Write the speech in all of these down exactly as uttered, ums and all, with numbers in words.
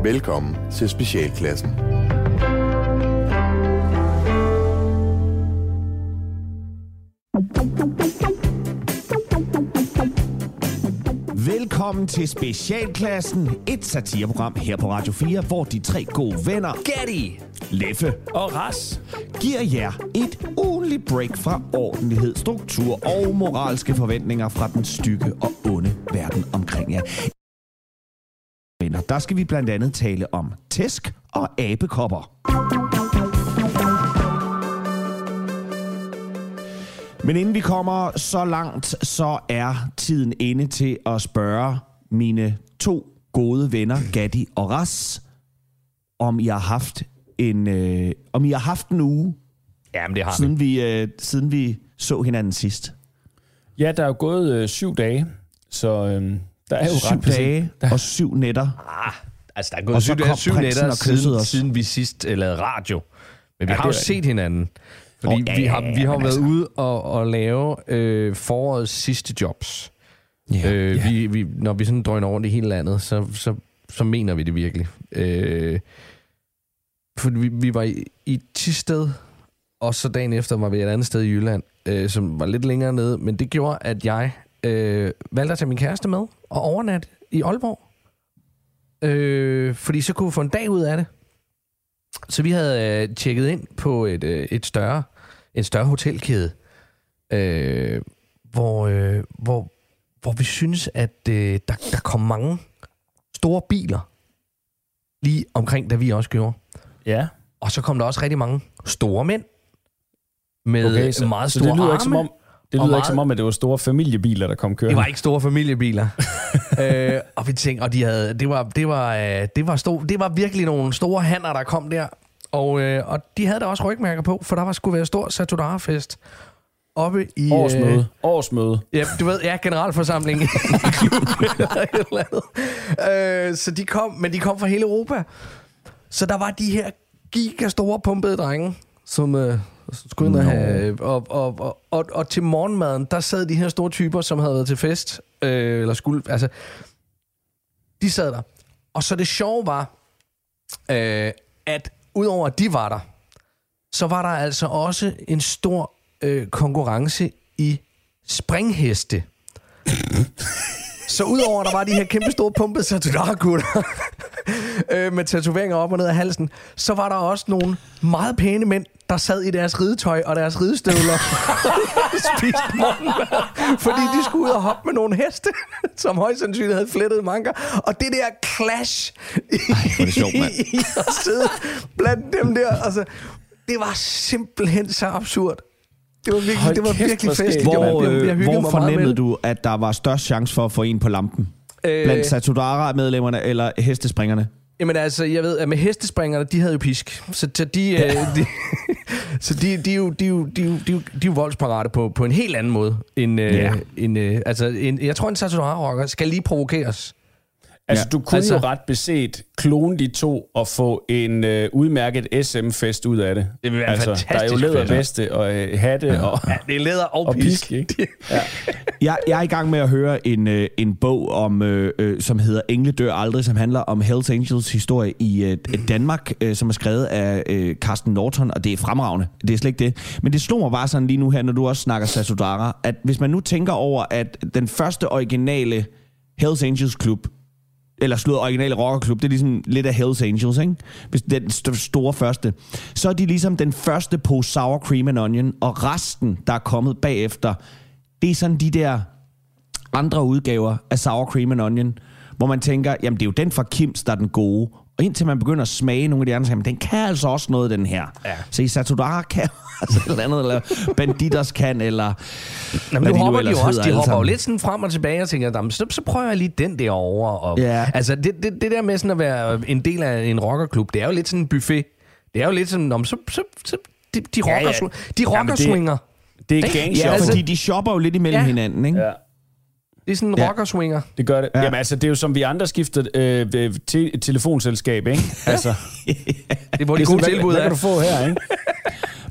Velkommen til Specialklassen. Velkommen til Specialklassen, et satireprogram her på Radio fire, hvor de tre gode venner, Gatti, Leffe og Ras, giver jer et ugenligt break fra ordentlighed, struktur og moralske forventninger fra den stygge og onde verden omkring jer. Venner, der skal vi blandt andet tale om tæsk og abekopper. Men inden vi kommer så langt, så er tiden inde til at spørge mine to gode venner, Gatti og Ras, om I har haft en, øh, om I har haft en uge, Jamen, det har siden vi, øh, siden vi så hinanden sidst. Ja, der er jo gået øh, syv dage, så øh, der er jo syv ret dage der... og syv nætter. Ah, altså, der er gået syv, dage, syv nætter siden, siden vi sidst lavede radio. Men vi ja, har jo set hinanden. Fordi oh, ja, vi har, vi har været altså. ude og, og lave øh, forårets sidste jobs. Yeah, øh, yeah. Vi, vi, når vi sådan drøner rundt i hele landet, så, så, så mener vi det virkelig. Øh, for vi, vi var i, i Thisted, og så dagen efter var vi et andet sted i Jylland, øh, som var lidt længere nede. Men det gjorde, at jeg øh, valgte at tage min kæreste med og overnatte i Aalborg. Øh, fordi så kunne vi få en dag ud af det. Så vi havde øh, tjekket ind på et, øh, et større, en større hotelkæde, øh, hvor, øh, hvor, hvor vi synes, at øh, der, der kom mange store biler lige omkring, da vi også gjorde. Ja. Og så kom der også rigtig mange store mænd med okay, så, meget store så det lyder arme. Ikke som om, det lyder meget... ikke som om, at det var store familiebiler, der kom kørende. Det var ikke store familiebiler. øh, og vi tænkte, og de havde, det var, det var, det var, stor, det var virkelig nogle store hanner, der kom der. Og, øh, og de havde der også rygmærker på, for der var skulle være stor Satudara-fest oppe i... Årsmøde. Øh, Årsmøde. Ja, du ved, ja, generalforsamling. øh, så de kom, men de kom fra hele Europa. Så der var de her gigastore pumpede drenge, som... Øh, skulle no. have, og, og, og, og, og til morgenmaden, der sad de her store typer, som havde været til fest, øh, eller skulle, altså, de sad der. Og så det sjove var, øh, at udover at de var der, så var der altså også en stor øh, konkurrence i springheste. Så udover der var de her kæmpe store pumpede Satudara-gutter øh, med tatoveringer op og ned af halsen, så var der også nogle meget pæne mænd, der sad i deres ridetøj og deres ridestøvler og spiste morgenmad, fordi de skulle ud og hoppe med nogle heste, som højst sandsynligt havde flettet manker. Og det der clash i, Ej, det sjovt, i, i at sidde blandt dem der, altså, det var simpelthen så absurd. Det var virkelig, det var virkelig fest. Hvor, øh, hvor fornemmede du, at der var størst chance for at få en på lampen? Øh, Blandt Satudara-medlemmerne eller hestespringerne? Jamen altså, jeg ved, at med hestespringerne, de havde jo pisk. Så, så de, ja. øh, de, så de, de, er jo, de, er jo, de, er jo, de, er jo, de er jo voldsparate på, på en helt anden måde. End, øh, ja. end, øh, altså, en, jeg tror, en Satudara-rocker skal lige provokeres. Altså, ja. du kunne altså, jo ret beset klone de to og få en øh, udmærket S M-fest ud af det. Det vil være altså, fantastisk. Der er jo læderveste og øh, hatte ja. og, ja, det er læder og, og pisk. pisk ikke? Ja. jeg, jeg er i gang med at høre en, øh, en bog, om, øh, øh, som hedder Engle dør aldrig, som handler om Hells Angels historie i øh, Danmark, øh, som er skrevet af øh, Carsten Norton, og det er fremragende. Det er slet ikke det. Men det slår mig bare sådan lige nu her, når du også snakker Satudara, at hvis man nu tænker over, at den første originale Hells Angels klub, eller slået originale rockerklub, det er ligesom lidt af Hells Angels, ikke? Hvis det er den st- store første. Så er de ligesom den første på Sour Cream and Onion, og resten, der er kommet bagefter, det er sådan de der andre udgaver af Sour Cream and Onion, hvor man tænker, jamen det er jo den fra Kims, der er den gode. Og indtil man begynder at smage nogle af de andre, så den kan altså også noget, den her. Ja. Så i Satudara kan altså et eller andet, eller Banditos kan, eller... Jamen, nu hopper de, de jo også, de hopper jo lidt sådan frem og tilbage og tænker, så, så prøver jeg lige den der over. Og, ja. Altså, det, det, det der med sådan at være en del af en rockerklub, det er jo lidt sådan en buffet. Det er jo lidt sådan, om så, så, så de, de rocker, ja, ja. de rocker ja, swinger. Det er gang ja, altså, fordi de shopper jo lidt imellem ja. hinanden, ikke? Ja. Det er sådan en ja. rocker-swinger. Det gør det. Ja. Jamen altså, det er jo som vi andre skifter øh, te- telefonselskab, ikke? Altså, det er hvor de gode tilbud er. Hvad kan du få her, ikke?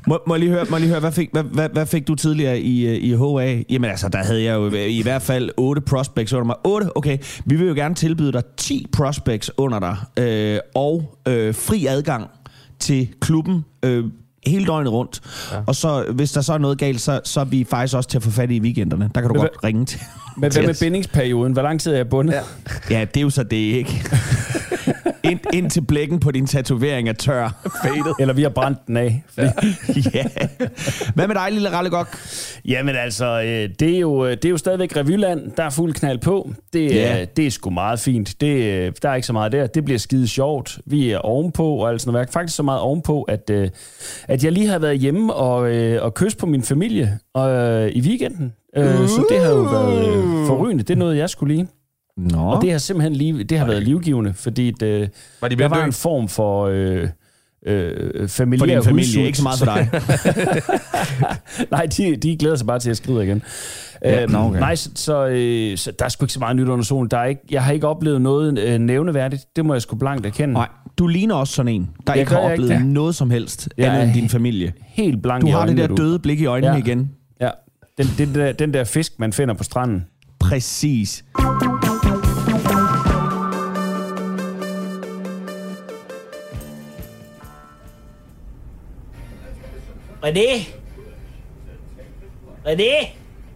Må, må, jeg lige høre, må jeg lige høre, hvad fik, hvad, hvad, hvad fik du tidligere i, i H A? Jamen altså, der havde jeg jo i hvert fald otte prospects under mig. otte? Okay. Vi vil jo gerne tilbyde dig ti prospects under dig, øh, og øh, fri adgang til klubben øh, hele døgnet rundt. Ja. Og så, hvis der så er noget galt, så, så er vi faktisk også til at få fat i weekenderne. Der kan du men, godt hvad, ringe til. Men hvad med bindingsperioden? Hvor lang tid er jeg bundet? Ja, ja det er jo så det ikke. Ind, ind til blækken på din tatovering er tør. Faded. Eller vi har brændt den af. Ja. Ja. Hvad med dig, lille Rallegok? Jamen altså, det er, jo, det er jo stadigvæk Revyland. Der er fuld knald på. Det, ja. Det er sgu meget fint. Det, der er ikke så meget der. Det bliver skide sjovt. Vi er ovenpå og alt sådan noget. Faktisk så meget ovenpå, at, at jeg lige har været hjemme og, og kysset på min familie og, i weekenden. Uh. Så det har jo været forrygende. Det er noget, jeg skulle lige. Nå. Og det har simpelthen lige, det har været livgivende, fordi det, var de der var en form for øh, øh, familiær for din familie, ikke så meget for dig. Nej, de, de glæder sig bare til at skride igen. Ja, øhm, okay. Nej, så, så, øh, så der er sgu ikke så meget nyt under solen. Der er ikke, jeg har ikke oplevet noget øh, nævneværdigt. Det må jeg sgu blankt erkende. Nej, du ligner også sådan en, der jeg ikke har oplevet ikke noget som helst ja, andet end din familie. Helt blank du i har øjnene, det der døde blik i øjnene ja. igen. Ja, den, den, der, den der fisk, man finder på stranden. Præcis. René? René?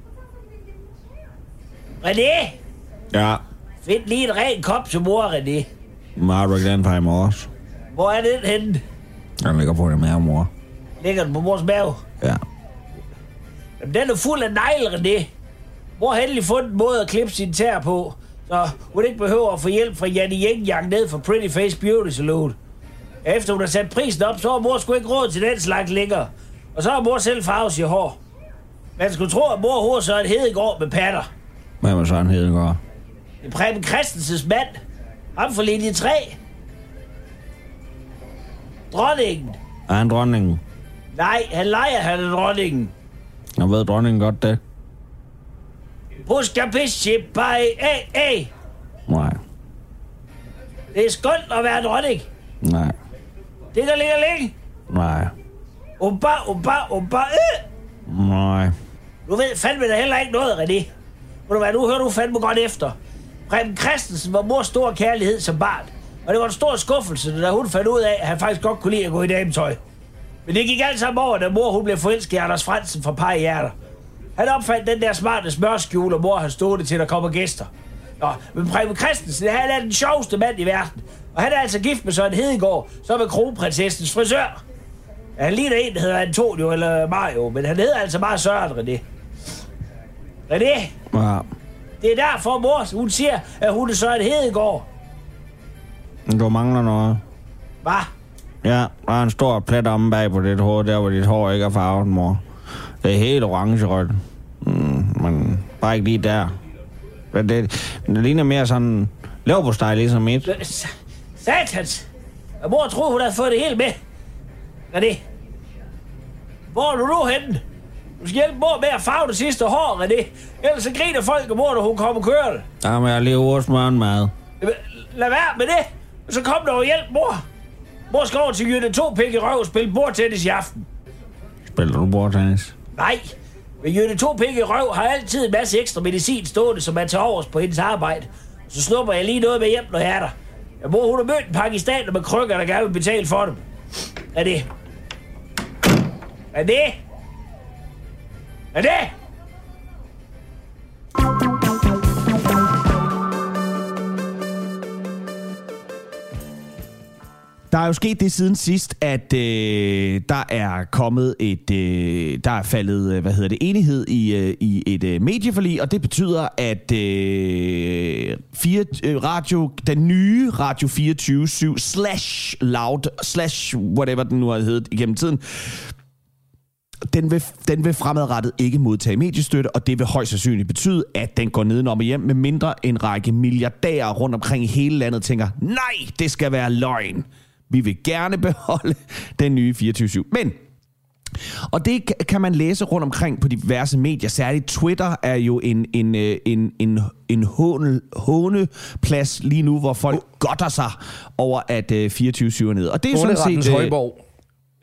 René? Ja. Find lige en ren kop til mor, René. Har du ikke den fra i morges? Hvor er den henne? Den ligger på din mave, mor. Ligger den på mors mave? Ja. Jamen, den er fuld af negle, René. Mor har endelig fundet en måde at klippe sin tær på, så hun ikke behøver at få hjælp fra Janne Jengjang ned fra Pretty Face Beauty Salon. Efter hun har sat prisen op, så har mor sgu ikke råd til den slags længere. Og så har mor selv farvet sit hår. Man skulle tro, at mor har Søren Hedegaard med patter. Hvad med Søren Hedegaard? Det er Preben Christensens mand. Ham for linje tre. Dronningen. Er han dronningen? Nej, han leger, han er dronningen. Jeg ved dronningen godt det. Puska pische by a a. Nej. Det er skønt at være dronning. Nej. Det der ligger længe. Nej. Umba, umba, umba, øh. Nej. Du ved fandme da heller ikke noget, René. Må du være, nu hører du fandme godt efter. Preben Christensen var mors store kærlighed som barn. Og det var en stor skuffelse, da hun fandt ud af, at han faktisk godt kunne lide at gå i dametøj. Men det gik alt sammen over, da mor hun blev forelsket i Anders Frandsen fra Par i Hjerter. Han opfandt den der smarte smørskjule, og mor har stået det til, at der kommer gæster. Nå, men Preben Christensen, han er den sjoveste mand i verden. Og han er altså gift med Søren Hedegaard, som er kronprinsessens frisør. Ja, han ligner en, der hedder Antonio eller Mario, men han hedder altså bare Søren, René. René? Ja. Det er derfor, mor, hun siger, at hun er Søren Hedegaard. Du mangler noget. Hvad? Ja, der er en stor plet omme bag på dit hoved, der hvor dit hår ikke er farvet, mor. Det er helt orange-rødt. Mm, men bare ikke lige der. Det, det, det ligner mere sådan leverpostej, ligesom mit. Satans! Jeg mor troede, hun havde fået det hele med. Hvad er det? Hvor er du nu henne? Du skal hjælpe mor med at farve det sidste hår, René. Ellers så griner folk og mor, når hun kommer kørende. Jamen, jeg er lige ude og smøre en mad. Lad være med det. Så kom der og hjælp mor. Mor skal over til Jytte to pik i røv og spille bordtennis i aften. Spiller du bordtennis? Nej. Men Jytte to pik i røv har altid en masse ekstra medicin stående, som man tager overs på hendes arbejde. Så snupper jeg lige noget med hjem, når jeg er der. Jeg mor, hun har mødt en pakistaner med krykker, der gerne vil betale for dem. Er det? Er det? Er det? Der er jo sket det siden sidst, at øh, der er kommet et, øh, der er faldet, hvad hedder det, enighed i, øh, i et øh, medieforlig, og det betyder, at øh, fire, øh, radio, den nye Radio fireogtyve syv slash loud slash whatever den nu har heddet igennem tiden, Den vil, den vil fremadrettet ikke modtage mediestøtte, og det vil højst sandsynligt betyde, at den går nedenom og hjem, med mindre en række milliardærer rundt omkring i hele landet tænker, nej, det skal være løgn. Vi vil gerne beholde den nye fireogtyve syv. Men, og det kan man læse rundt omkring på diverse medier, særligt Twitter er jo en, en, en, en, en håne, håneplads lige nu, hvor folk godter sig over, at fireogtyve syv er nede. Og det er sådan set... Højborg.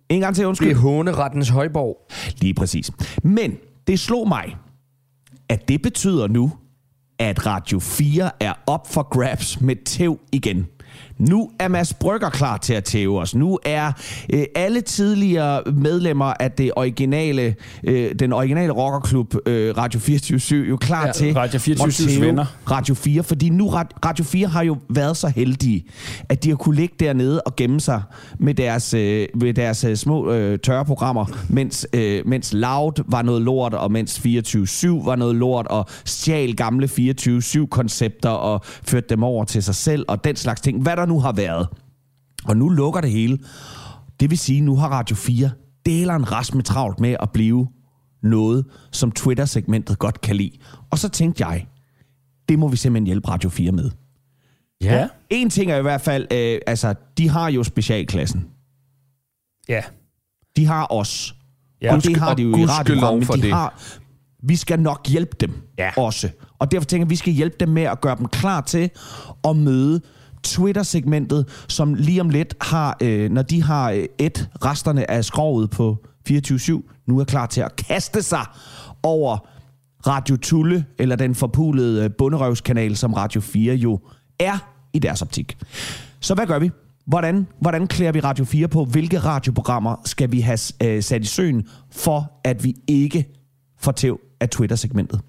En gang til, undskyld. Det er hånerettens højborg. Lige præcis. Men det slog mig, at det betyder nu, at Radio fire er op for grabs med tæv igen. Nu er Mads Brygger klar til at tæve os. Nu er øh, alle tidligere medlemmer af det originale, øh, den originale rockerklub øh, Radio fireogtyve syv jo klar ja, til Radio fireogtyve venner. Radio fire, fordi nu Radio fire har jo været så heldige, at de har kunne ligge dernede og gemme sig med deres, øh, med deres øh, små øh, tørre programmer, mens, øh, mens Loud var noget lort, og mens fireogtyve syv var noget lort, og stjal gamle fireogtyve syv-koncepter og førte dem over til sig selv, og den slags ting. Hvad der nu har været. Og nu lukker det hele. Det vil sige, nu har Radio fire deleren rasme travlt med at blive noget, som Twitter-segmentet godt kan lide. Og så tænkte jeg, det må vi simpelthen hjælpe Radio fire med. Ja. En ting er i hvert fald, øh, altså, de har jo specialklassen. Ja. De har os. Ja. Og det har de jo i radioprogrammet, men de det. har... Vi skal nok hjælpe dem ja. også. Og derfor tænker jeg, at vi skal hjælpe dem med at gøre dem klar til at møde Twitter-segmentet, som lige om lidt har, øh, når de har øh, et resterne af skroget på fireogtyve syv, nu er klar til at kaste sig over Radio Tulle, eller den forpulede bunderøvskanal, som Radio fire jo er i deres optik. Så hvad gør vi? Hvordan, hvordan klæder vi Radio fire på? Hvilke radioprogrammer skal vi have øh, sat i søen, for at vi ikke får tæv af Twitter-segmentet?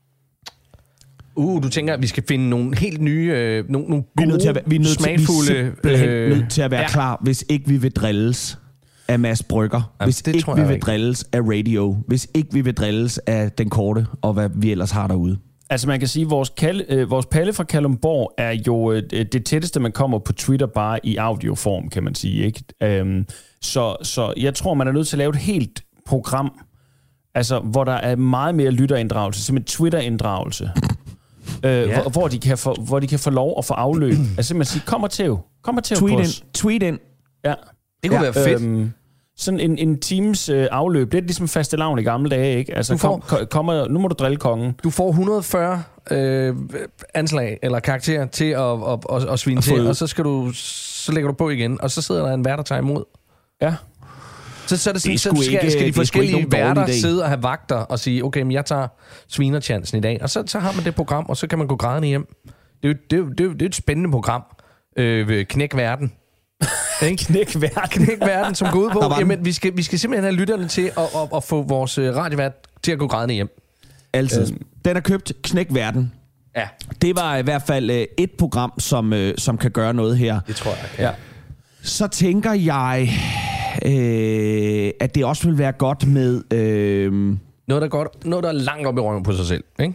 Uh, du tænker, at vi skal finde nogle helt nye, øh, nogle, nogle vi er nødt til at, vi er nødt smagfulde... Til, vi er simpelthen øh, nødt til at være ja. klar, hvis ikke vi vil drilles af Mads Brygger. Jamen, hvis ikke vi vil ikke. drilles af radio. Hvis ikke vi vil drilles af den korte, og hvad vi ellers har derude. Altså man kan sige, at vores, Kal- øh, vores Palle fra Kalundborg er jo øh, det tætteste, man kommer på Twitter, bare i audioform, kan man sige. Ikke? Øhm, så, så jeg tror, man er nødt til at lave et helt program, altså, hvor der er meget mere lytterinddragelse, simpelthen Twitter-inddragelse. Øh, ja. hvor, hvor, de kan få, hvor de kan få lov at få afløb. Altså simpelthen sige, kom og tæv. Kom og tæv tweet på ind. os. Tweet ind. Ja. Det kunne ja, være fedt. Øhm, sådan en, en teams øh, afløb. Det er ligesom fastelavn i gamle dage, ikke? Altså, får, kom, kom, nu må du drille kongen. Du får et hundrede og fyrre øh, anslag eller karakterer til at, at, at, at svine til, og så, skal du, så lægger du på igen, og så sidder der en vært, der tager imod. Ja. Så, så er det sådan, det så skal, ikke, skal de forskellige værter idé. sidde og have vagter og sige, okay, men jeg tager svinerchancen i dag. Og så, så har man det program, og så kan man gå grædende hjem. Det er jo, det er jo, det er jo, det er et spændende program. Øh, Knæk verden. Knæk verden. Knæk verden, som går ud på, jamen, vi skal, vi skal simpelthen have lytterne til at, at, at få vores radiovært til at gå grædende hjem. Altid. Øhm. Den er købt. Knæk verden. Ja. Det var i hvert fald øh, et program, som, øh, som kan gøre noget her. Det tror jeg. Ja. Så tænker jeg, øh, at det også vil være godt med... Øh, noget, der er godt, noget, der er langt op i røven på sig selv, ikke?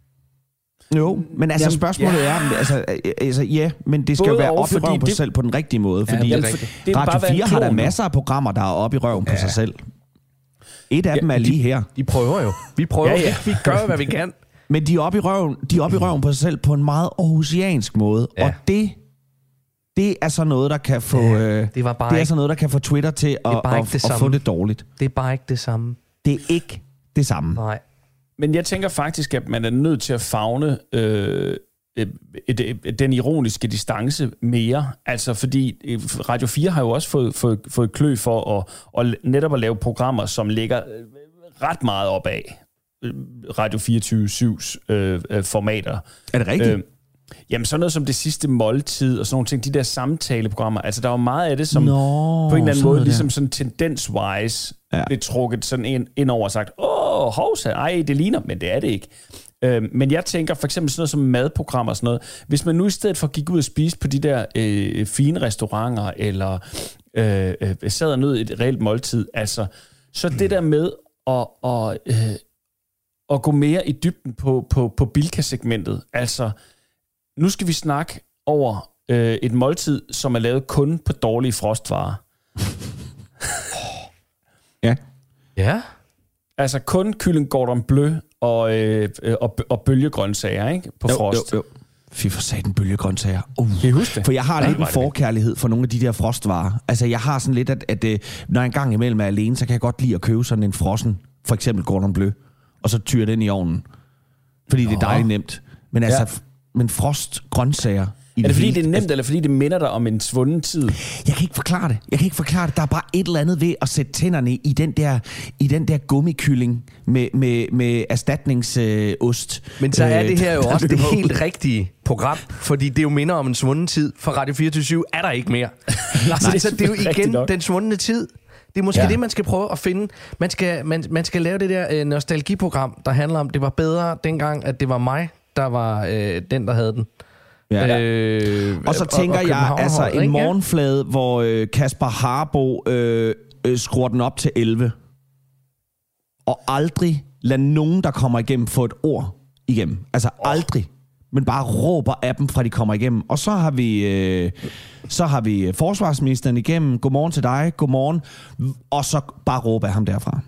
Jo, men altså Jamen, spørgsmålet ja. er, altså, altså ja, men det skal Både jo være og, op i røven på det, sig selv på den rigtige måde, fordi ja, det det Radio fire har der masser af programmer, der er op i røven på ja. sig selv. Et af ja, dem er lige de, her. De prøver jo. Vi prøver. Ja, ja. Vi gør, hvad vi kan. Men de er op i røven, de er op i røven på sig selv på en meget aarhusiansk måde, ja. og det det er så noget der kan få ja, øh, det, var bare det er så noget der kan få Twitter til at, at, at, at få det dårligt. Det er bare ikke det samme. Det er ikke det samme. Nej. Men jeg tænker faktisk, at man er nødt til at favne øh, et, et, et, den ironiske distance mere. Altså, fordi Radio fire har jo også fået, fået, fået klø for at, at netop at lave programmer, som ligger ret meget op af Radio fireogtyve syvs øh, formater. Er det rigtigt? Øh, Jamen sådan noget som Det Sidste Måltid og sådan nogle ting, de der samtaleprogrammer, altså der var meget af det, som Nå, på en eller anden måde, ligesom sådan tendens-wise, ja. blev trukket sådan ind, ind over og sagt, åh, hovsa, ej, det ligner, men det er det ikke. Øh, men jeg tænker for eksempel sådan noget som madprogrammer og sådan noget, hvis man nu i stedet for gik ud og spiste på de der øh, fine restauranter, eller øh, øh, sad og nød et reelt måltid, altså, så det der med at, og, øh, at gå mere i dybden på, på, på Bilka-segmentet, altså nu skal vi snakke over øh, et måltid, som er lavet kun på dårlige frostvarer. Ja. Ja. Altså kun kylling Gordon Bleu og, øh, og, og bølgegrøntsager, ikke? På jo, frost. Jo, jo. Fy for satan, bølgegrøntsager. Uh. Kan I huske det? For jeg har ja, lidt en forkærlighed for nogle af de der frostvarer. Altså jeg har sådan lidt, at, at, at når jeg en gang imellem er alene, så kan jeg godt lide at købe sådan en frossen, for eksempel Gordon Bleu, og så tyre den i ovnen. Fordi Nå. det er dejligt nemt. Men altså... Ja. Men frostgrøntsager i Er det fordi, hele- det er nemt, eller fordi det minder dig om en svunden tid? Jeg kan ikke forklare det. Jeg kan ikke forklare det. Der er bare et eller andet ved at sætte tænderne i den der, i den der gummikylling med, med, med erstatningsost. Øh, Men så er det her jo der også det løber ud. helt rigtige program, fordi det jo minder om en svunden tid. For Radio fireogtyve syv er der ikke mere. Nej, så det er jo rigtigt igen nok. den svundne tid. Det er måske Ja. ja. det, man skal prøve at finde. Man skal, man, man skal lave det der øh, nostalgiprogram, der handler om, det var bedre dengang, at det var mig, der var øh, den, der havde den. Ja. Øh, Og så tænker og jeg, altså Københavnerholdet, en ikke? Ja. morgenflade, hvor øh, Kasper Harbo øh, øh, skruer den op til elleve. Og aldrig lad nogen, der kommer igennem, få et ord igennem. Altså oh. aldrig. Men bare råber af dem, fra de kommer igennem. Og så har vi, øh, så har vi forsvarsministeren igennem. Godmorgen til dig. Godmorgen. Og så bare råbe af ham derfra.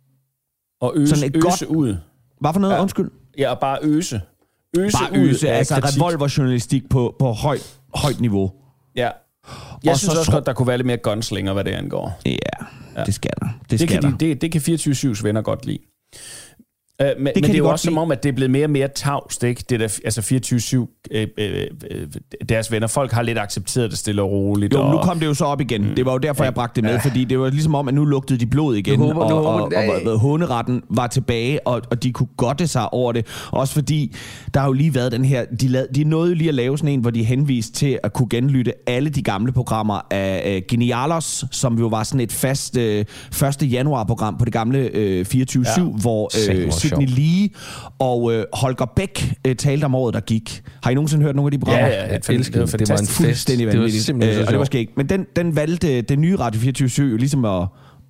Og øse, Sådan et øse godt- ud. Hvad for noget? Ja. Undskyld. Ja, og bare øse. Øse Bare ud øse. af Altså kritik. revolverjournalistik på, på højt, højt niveau. Ja. Jeg Og synes så også tro- godt, der kunne være lidt mere gunslinger, hvad det angår. Ja, ja. det skal der. Det, Det skal kan, der. de, det, det kan fireogtyve syv's venner godt lide. Uh, men det, men de det er jo godt også som lide. om, at det er blevet mere og mere tavst, ikke? Det der, altså fireogtyve syv, øh, øh, øh, deres venner, folk har lidt accepteret det stille og roligt. Jo, og, nu kom det jo så op igen. Det var jo derfor, jeg bragte det med, fordi det var ligesom om, at nu lugtede de blod igen, Nu håber- nu og, håber- og, og, og hunderetten var tilbage, og, og de kunne godte sig over det. Også fordi, der har jo lige været den her, de, lavede, de nåede jo lige at lave sådan en, hvor de henviste til at kunne genlytte alle de gamle programmer af øh, Genialos, som jo var sådan et fast øh, første januar-program på det gamle øh, fireogtyve syv, Ja. hvor Sikke, øh, hvor Sidney sjovt. Lee og øh, Holger Bæk øh, talte om året, der gik. Har I nogensinde hørt nogle af de programmer? Ja, ja, Jeg det, elsker det var det. Det var en fantastisk. fest. Fuldstændig Det var vanvittigt. simpelthen så Øh, og det var sjovt. skægt. Men den, den valgte det nye Radio fireogtyve syv jo ligesom at,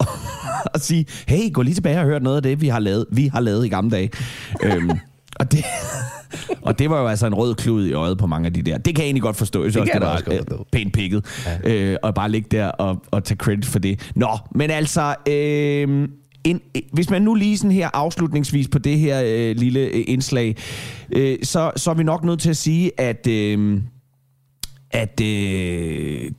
at sige, hey, gå lige tilbage og hør noget af det, vi har lavet, vi har lavet i gamle dage. øhm, og, det, og det var jo altså en rød klud i øjet på mange af de der. Det kan jeg egentlig godt forstå. Jeg synes Det også, kan det jeg var også godt øh, forstå. pænt pikket. Ja. Øh, og bare ligge der og, og tage credit for det. Nå, men altså... Øh, En, hvis man nu lige sådan her afslutningsvis på det her øh, lille øh, indslag, øh, så, så er vi nok nødt til at sige, at, øh, at øh,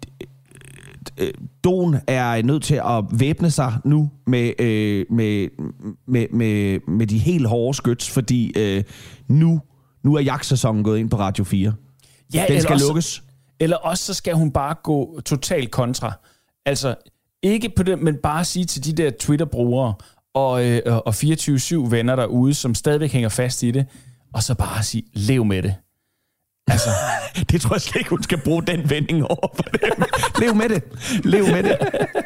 øh, Don er nødt til at væbne sig nu med, øh, med, med, med, med de helt hårde skyts, fordi øh, nu, nu er jagtsæsonen gået ind på Radio fire. Ja, Den eller skal også, lukkes. Eller også så skal hun bare gå totalt kontra. Altså, ikke på det, men bare sige til de der Twitter-brugere og, øh, og fireogtyve syv venner derude, som stadigvæk hænger fast i det, og så bare sige, lev med det. Altså, Det tror jeg slet ikke, hun skal bruge den vending over for dem. Lev med det. Lev med det.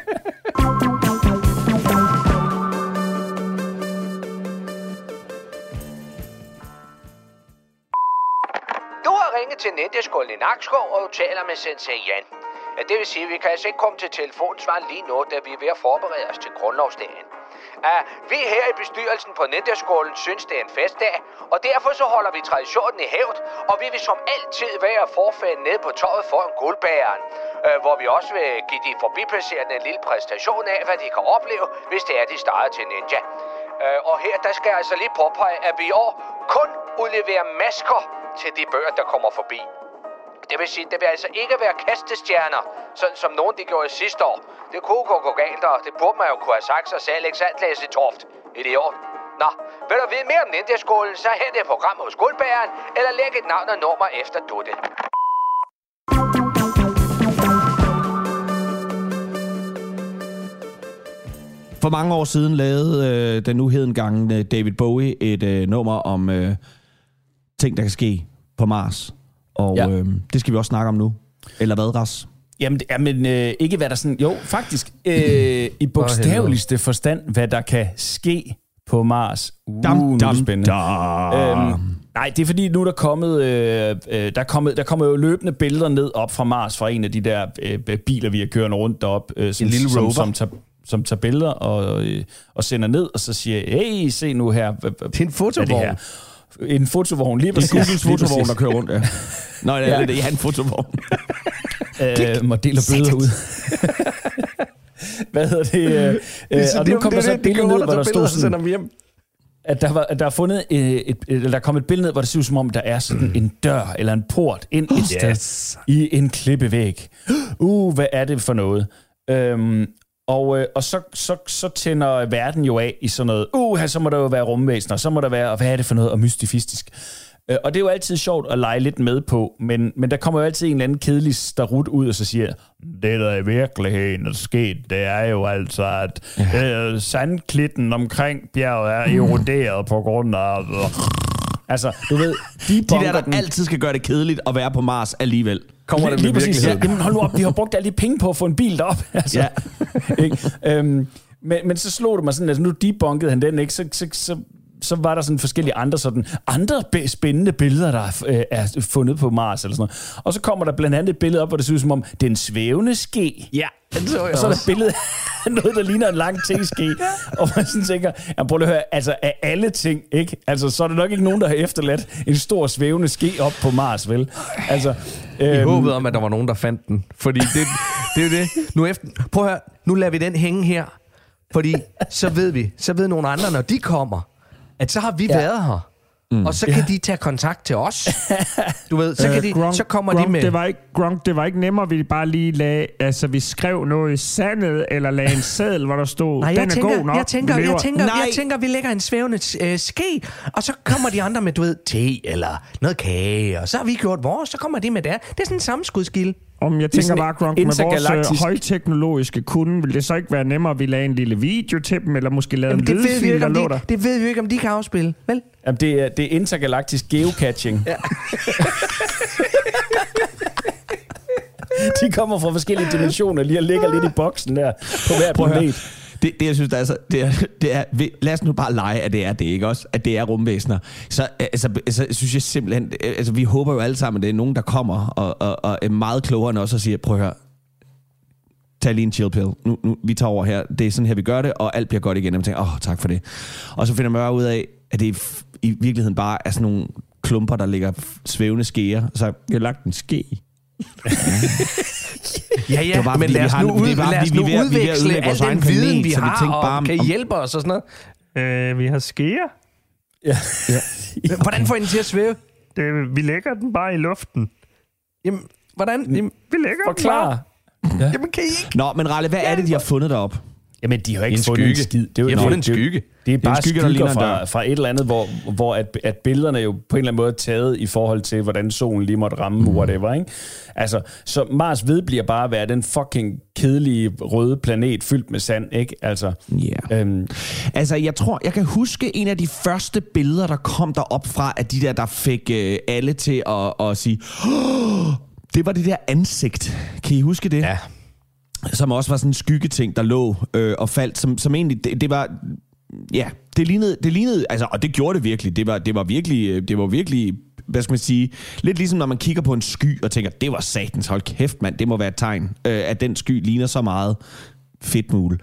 Du har ringet til Netteskolen i Nakskov, og du taler med Sensei Jan. Ja, det vil sige, at vi kan altså ikke komme til telefonsvar lige nu, da vi er ved at forberede os til grundlovsdagen. Uh, vi her i bestyrelsen på Netteskolen synes, det er en festdag, og derfor så holder vi traditionen i hævd, og vi vil som altid være forfærden nede på torvet foran guldbæren, uh, hvor vi også vil give de forbipasserende en lille præstation af, hvad de kan opleve, hvis det er, de starter til ninja. Uh, og her, der skal jeg altså lige påpege, at vi i år kun udleverer masker til de bøger, der kommer forbi. Det vil sige, det vil altså ikke være kastestjerner, sådan som nogen de gjorde sidste år. Det kunne gå, gå galt, og det burde man jo kunne have sagt sig selv, ikke sandt, Lasse Toft? Idiot. Nå, vil du vide mere om Ninja-skolen, så hent et program hos Guldbæren, eller læg et navn og nummer efter dutte. For mange år siden lavede øh, den nu hedengangne David Bowie et øh, nummer om øh, ting, der kan ske på Mars. Og Ja. øh, det skal vi også snakke om nu. Eller hvad, Ras? jamen, det- jamen øh, ikke hvad der sådan... Jo, faktisk, øh, i bogstaveligste forstand, hvad der kan ske på Mars. Uh, Dam, nu er det dam, spændende. dam. Øhm, nej, det er fordi, nu er der kommet, øh, øh, der, er kommet, der kommer jo løbende billeder ned op fra Mars fra en af de der øh, biler, vi har kørende rundt derop, øh, som, En lille som, rover. som, tager, som tager billeder og, øh, og sender ned, og så siger, hey, se nu her. Hvad, hvad, Det er en fotovogn. hvad er det her? En fotovogn, lige Det er præcis. Googles Lige fotovogn, præcis. der kører rundt, ja. Nå, det er, Ja. det er en fotovogn. Øh, og deler bøder ud. Hvad hedder det? Øh, øh, og nu kom der så et billede ned, hvor der stod sådan, sender dem hjem. at der, var, at der er fundet øh, et, et, der kom et billede ned, hvor det ser ud som om, der er sådan en dør eller en port ind et sted Yes. i en klippevæg. Uh, hvad er det for noget? Øhm, og øh, og så, så, så tænder verden jo af i sådan noget, uh, her, så må der jo være rumvæsener, så må der være, og hvad er det for noget, og mystifistisk. Øh, og det er jo altid sjovt at lege lidt med på, men, men der kommer jo altid en eller anden kedelig starut ud og så siger, det der i virkeligheden er sket, det er jo altså, at ja. øh, sandklitten omkring bjerget er eroderet på grund af... Altså, du ved, de, de der, der den. altid skal gøre det kedeligt at være på Mars alligevel. Kommer det lige med præcis, ja. virkelighed? Jamen, hold nu op, vi har brugt alle de penge på at få en bil derop. Altså, Ja. ikke? Øhm, men, men så slog det mig sådan, at nu debunkede han den, ikke? Så, så, så, så var der sådan forskellige andre, sådan, andre spændende billeder, der er, øh, er fundet på Mars. Eller sådan noget. Og så kommer der blandt andet et billede op, hvor det ser ud som om, det er en svævende ske. Ja, det så jeg Og så er der også. et billede af noget, der ligner en lang teske. Ja. Og man sådan tænker, jeg prøver at høre, altså af alle ting, ikke? Altså, så er der nok ikke nogen, der har efterladt en stor svævende ske op på Mars, vel? Altså, I øhm, håbede om, at der var nogen, der fandt den. Fordi det, det er jo det. Nu efter, prøv at høre, nu lader vi den hænge her. Fordi så ved vi, så ved nogle andre, når de kommer, at så har vi ja. været her. Mm. Og så kan ja. de tage kontakt til os. Du ved, så, kan de, Gronk, så kommer Gronk, de med... Det var, ikke, Gronk, det var ikke nemmere, at vi bare lige lagde... Altså, vi skrev noget i sandet, eller lagde en seddel, hvor der stod, Nej, den jeg er tænker, god nok. jeg tænker, jeg tænker, Nej. jeg tænker, vi lægger en svævende øh, ske, og så kommer de andre med, du ved, te eller noget kage, og så har vi gjort vores, så kommer de med der. Det er sådan en sammenskudskilde. Om jeg Det er tænker sådan bare, Gronk, med vores intergalaktisk- øh, højteknologiske kunde, vil det så ikke være nemmere, at vi lagde en lille video til dem, eller måske lavede en det, ved vi lydfil, ikke, der om lå der? de, det ved vi ikke, om de kan afspille, vel? Jamen, det er, det er intergalaktisk geocaching. Ja. De kommer fra forskellige dimensioner, lige og ligger lidt i boksen der på hver Prøv at høre. planet. Det, det, jeg synes, der er, så, det er, det er, lad os nu bare lege, at det er det, ikke også? At det er rumvæsener. Så altså, så synes jeg simpelthen, altså vi håber jo alle sammen, at det er nogen, der kommer og, og, og er meget klogere end os og siger, prøv at høre, tag lige en chill pill. Nu, nu, vi tager over her. Det er sådan her, vi gør det, og alt bliver godt igen. Og man tænker, åh, oh, tak for det. Og så finder man ud af, at det i virkeligheden bare er sådan nogle klumper, der ligger svævende skeer. Så vi har lagt en ske. Ja, ja, bare, men fordi lad os vi har- nu, ud, det er bare, lad os fordi nu vi er ved at- vi er ved at udveksle ødelægge al vores den egen viden, planet, vi så vi har, tænker og bare om- kan I om- hjælpe os og sådan noget. Øh, vi har skeer. Ja. Hvordan får I den til at svæve? Det, vi lægger den bare i luften. Jamen, hvordan? Jamen, Vi lægger den bare. Forklar. jamen kan I ikke? Nå, men Ralle, hvad er det, de har fundet derop? Jamen, de har ikke En fundet en skygge. skid. Det er jo De har det- fundet en det er jo- skygge. Det er bare skygge, skygger, der ligner en fra, dør. fra et eller andet, hvor, hvor at, at billederne jo på en eller anden måde er taget i forhold til, hvordan solen lige måtte ramme, mm. whatever, ikke? Altså, så Mars vedbliver bare at være den fucking kedelige røde planet fyldt med sand, ikke? Altså, Ja. Yeah. øhm, Altså, jeg tror, jeg kan huske en af de første billeder, der kom derop fra, af de der, der fik øh, alle til at, at sige, oh, det var det der ansigt. Kan I huske det? Ja. Som også var sådan en skyggeting, der lå øh, og faldt, som, som egentlig, det, det var, ja, det lignede, det lignede, altså, og det gjorde det virkelig, det var, det var virkelig, øh, det var virkelig, hvad skal man sige, lidt ligesom når man kigger på en sky og tænker, det var satans, hold kæft mand, det må være et tegn, øh, at den sky ligner så meget fedtmul.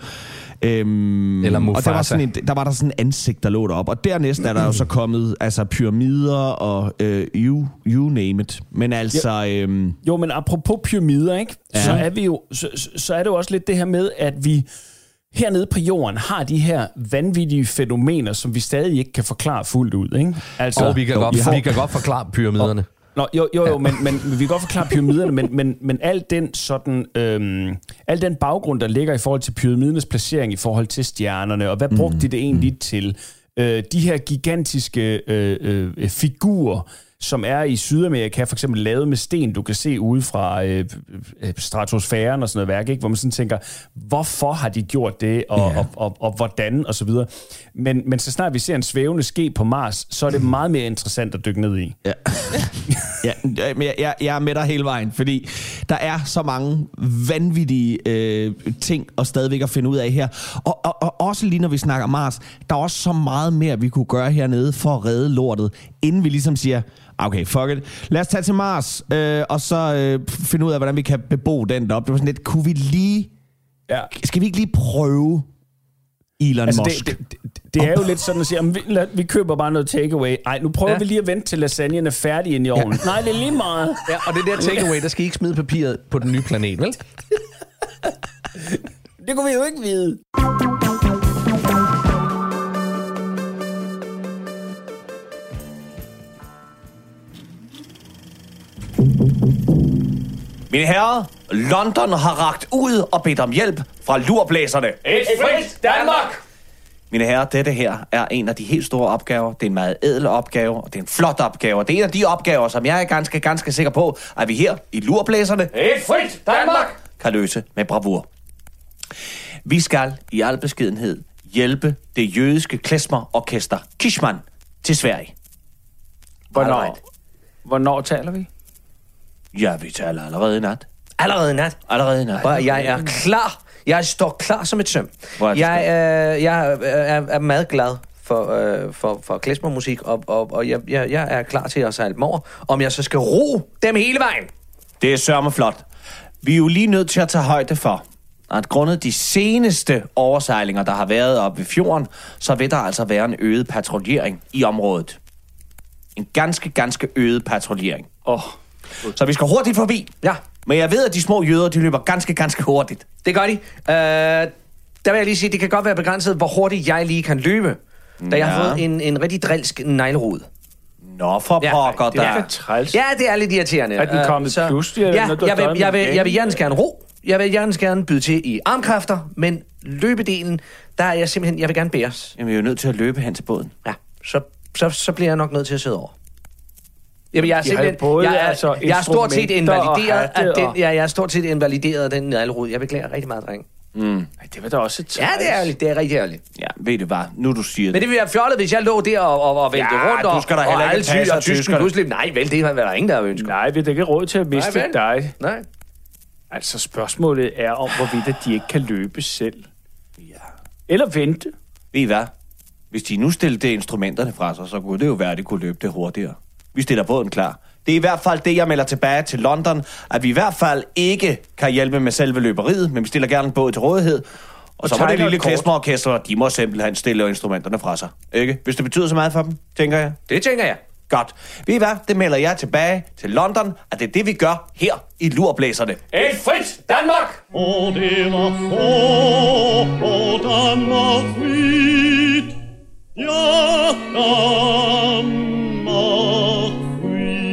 Øhm, Eller Mufasa. og der var, sådan en, der var der sådan en ansigt, der lå deroppe. Og dernæst er der jo så kommet altså pyramider og øh, you, you name it. Men altså... Øhm, jo, men apropos pyramider, ikke? Ja. Så er vi jo, så, så er det jo også lidt det her med, at vi hernede på jorden har de her vanvittige fænomener, som vi stadig ikke kan forklare fuldt ud, ikke? Altså, Og vi kan, jo, godt, vi har- vi kan godt forklare pyramiderne. Nå, jo, jo, jo, men, men vi kan godt forklare pyramiderne, men, men, men al den sådan, øhm, al den baggrund, der ligger i forhold til pyramidernes placering, i forhold til stjernerne, og hvad brugte de det egentlig til? Øh, de her gigantiske øh, øh, figurer, som er i Sydamerika, for eksempel lavet med sten, du kan se ude fra øh, øh, stratosfæren og sådan noget værk, ikke? Hvor man sådan tænker, hvorfor har de gjort det, og, Ja. og, og, og hvordan, og så videre. Men, men så snart vi ser en svævende ske på Mars, så er det meget mere interessant at dykke ned i. Ja, ja men jeg, jeg, jeg er med dig hele vejen, fordi der er så mange vanvittige øh, ting at stadigvæk at finde ud af her. Og, og, og også lige når vi snakker Mars, der er også så meget mere, vi kunne gøre hernede for at redde lortet, inden vi ligesom siger, okay, fuck it, lad os tage til Mars, øh, og så øh, finde ud af, hvordan vi kan bebo den deroppe. Det var sådan lidt, kunne vi lige, Ja. skal vi ikke lige prøve Elon Altså, Musk? det, det, det, det er jo lidt sådan at sige, jamen, vi, lad, vi køber bare noget takeaway. Ej, nu prøver ja. Ja. vi lige at vente til lasagnen er færdig ind i ovnen. Ja. Nej, det er lige meget. Ja, og det der takeaway, der skal I ikke smide papiret på den nye planet, vel? Det kunne vi jo ikke vide. Mine herrer, London har rakt ud og bedt om hjælp fra lurblæserne. Et frit Danmark! Mine herrer, dette her er en af de helt store opgaver. Det er en meget ædel opgave, og det er en flot opgave. Det er en af de opgaver, som jeg er ganske, ganske sikker på, at vi her i Lurblæserne Et frit Danmark kan løse med bravur. Vi skal i al beskedenhed hjælpe det jødiske klezmer-orkester Kishman til Sverige. Hvornår, hvornår taler vi? Ja, vi taler allerede i nat. Allerede i nat. Allerede i nat. Og jeg er klar. Jeg står klar som et søm. Jeg, øh, jeg er, er meget glad for, øh, for, for klezmermusik, og, og, og jeg, jeg, jeg er klar til at sejle dem over, om jeg så skal ro dem hele vejen. Det er sørme flot. Vi er jo lige nødt til at tage højde for, at grundet de seneste oversejlinger, der har været oppe ved fjorden, så vil der altså være en øget patruljering i området. En ganske, ganske øget patruljering. Åh. Oh. Så vi skal hurtigt forbi. Ja. Men jeg ved, at de små jøder, de løber ganske, ganske hurtigt. Det gør de. Øh, der vil jeg lige sige, det kan godt være begrænset, hvor hurtigt jeg lige kan løbe, da jeg har fået en, en rigtig drilsk neglerod. Nå, for pokker det er der. træls. Ja, det er lidt irriterende. Er den kommet Øh, så- pludselig, eller Ja, noget, du har jeg vil, døjet jeg, vil, med? jeg vil gerne gerne ro. Jeg vil gerne gerne byde til i armkræfter, men løbedelen, der er jeg simpelthen, jeg vil gerne bæres. Jamen, vi er jo nødt til at løbe hen til båden. Ja, så, så, så bliver jeg nok nødt til at sidde over. Jamen, jeg er De har jo simpelthen, både, jeg er, altså, jeg er stort set instrumenter og invalideret af hatte den, og- ja, jeg er stort set invalideret af den neglerod. Jeg beklager rigtig meget, dreng. Mm. Ej, det var da også et Ja, det er ærligt, det er rigtig ærligt. Ja, ved du hvad? Nu du siger Men det. det ville være fjollet, hvis jeg lå der og, og, og vendte Ja, rundt, du og, skal da og heller ikke alle passe syg og og tyskerne. tysken pludselig. Nej, vel, det er der ingen, der ønsker. Nej, vi har da ikke råd til at miste Nej, vel? dig. Nej. Altså, spørgsmålet er om, hvorvidt at de ikke kan løbe selv. Ja. Eller vente. Ved I hvad? Hvis de nu stillede instrumenterne fra sig, så kunne det jo være, at de kunne løbe det hurtigere. Vi stiller båden klar. Det er i hvert fald det, jeg melder tilbage til London, at vi i hvert fald ikke kan hjælpe med selve løberiet, men vi stiller gerne en båd til rådighed. Og, og så må det lille klezmerorkester, de må simpelthen stille instrumenterne fra sig. Ikke? Hvis det betyder så meget for dem, tænker jeg. Det tænker jeg. Godt. Ved I hvad? Det melder jeg tilbage til London, at det er det, vi gør her i Lurblæserne. Et frit Danmark! Og det var få, og Danmark frit. Ja, Danmark frit.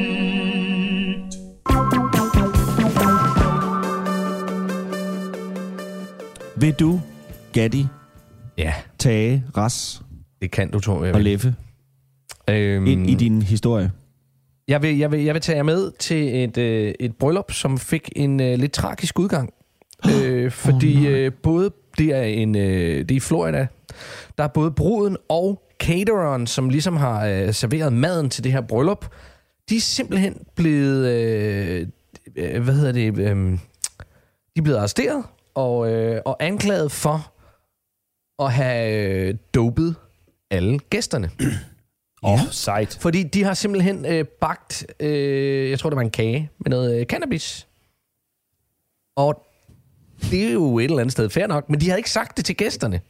Vil du, Gatti, Ja, Tage, Ras det kan du, tror jeg. og Leffe Øhm, ind i din historie? jeg, vil, jeg, vil, jeg vil tage jer med til et, øh, et bryllup, som fik en øh, lidt tragisk udgang. øh, fordi oh, øh, både det er, en, øh, det er i Florida, der er både bruden og catereren, som ligesom har øh, serveret maden til det her bryllup, de er simpelthen blevet, øh, øh, hvad hedder det, øh, de er blevet arresteret og, øh, og anklaget for at have øh, dopet alle gæsterne. Åh, oh, sejt. Fordi de har simpelthen øh, bagt, øh, jeg tror det var en kage, med noget øh, cannabis. Og det er jo et eller andet sted fair nok, men de havde ikke sagt det til gæsterne.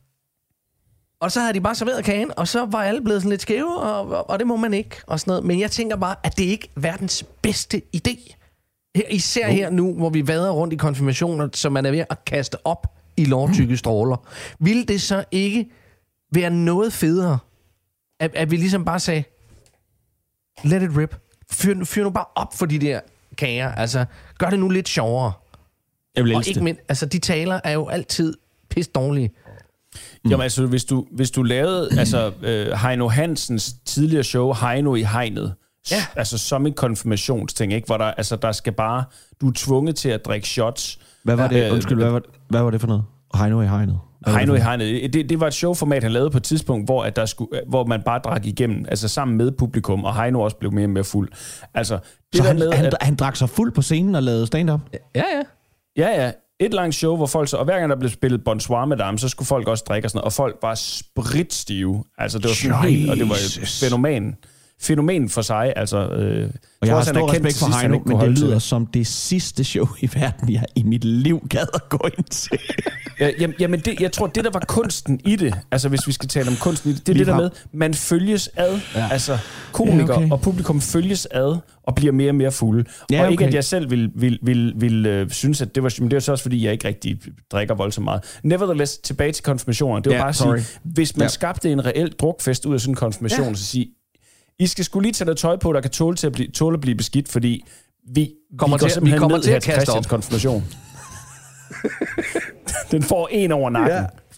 Og så havde de bare serveret kagen, og så var alle blevet sådan lidt skæve, og, og, og det må man ikke, og sådan noget. Men jeg tænker bare, at det ikke er verdens bedste idé. Her, især her nu, hvor vi vader rundt i konfirmationer, som man er ved at kaste op i lovtykke stråler. Ville det så ikke være noget federe, at, at vi ligesom bare sagde, let it rip. Fyr, fyr nu bare op for de der kager. Altså, gør det nu lidt sjovere. Jeg vil Og elske ikke det. mindst, altså de taler er jo altid pisse dårlige. Mm. Jamen altså, hvis du, hvis du lavede altså, øh, Heino Hansens tidligere show, Heino i hegnet, Ja. altså som en konfirmationsting, ikke? Hvor der, altså, der skal bare, du er tvunget til at drikke shots. Hvad var det? Øh, Undskyld, hvad var, hvad var det for noget? Heino i hegnet. Hvad var Heino i det for hegnet. Det, det var et showformat, han lavede på et tidspunkt, hvor, at der skulle, hvor man bare drak igennem, altså sammen med publikum, og Heino også blev mere og mere fuld. Altså, det Så der han, med, han, at, han drak sig fuld på scenen og lavede stand-up? Ja, ja. ja, ja, et langt show, hvor folk så, og hver gang der blev spillet Bonsoir Madame, så skulle folk også drikke og sådan noget, og folk var spritstive. Altså, det var sådan Jesus. helt, og det var et fænomen. Fænomen for sig, altså... Øh, Og jeg har også, han er stor kendt respekt til for sidst, han Heino, ikke kunne men det holde til lyder som det sidste show i verden, jeg i mit liv gad at gå ind til. Ja, jamen, jamen det, jeg tror, det der var kunsten i det, altså hvis vi skal tale om kunsten i det, det er Lige det der frem. med, man følges ad, Ja. altså komikere Ja, okay. og publikum følges ad og bliver mere og mere fulde. Ja, og ikke okay. at jeg selv vil, vil, vil, vil øh, synes, at det var, men det var så også fordi, jeg ikke rigtig drikker voldsomt meget. Nevertheless, tilbage til konfirmationer, det var Ja, bare at sorry. sige, hvis man Ja. skabte en reel drukfest ud af sådan en konfirmation, Ja. så sige, I skal skulle lige tage noget tøj på, der kan tåle, til at blive, tåle at blive beskidt, fordi vi Kommer vi går til- simpelthen vi kommer ned til her at til kaste Christians op. konfirmation. Den får en over nakken. Ja.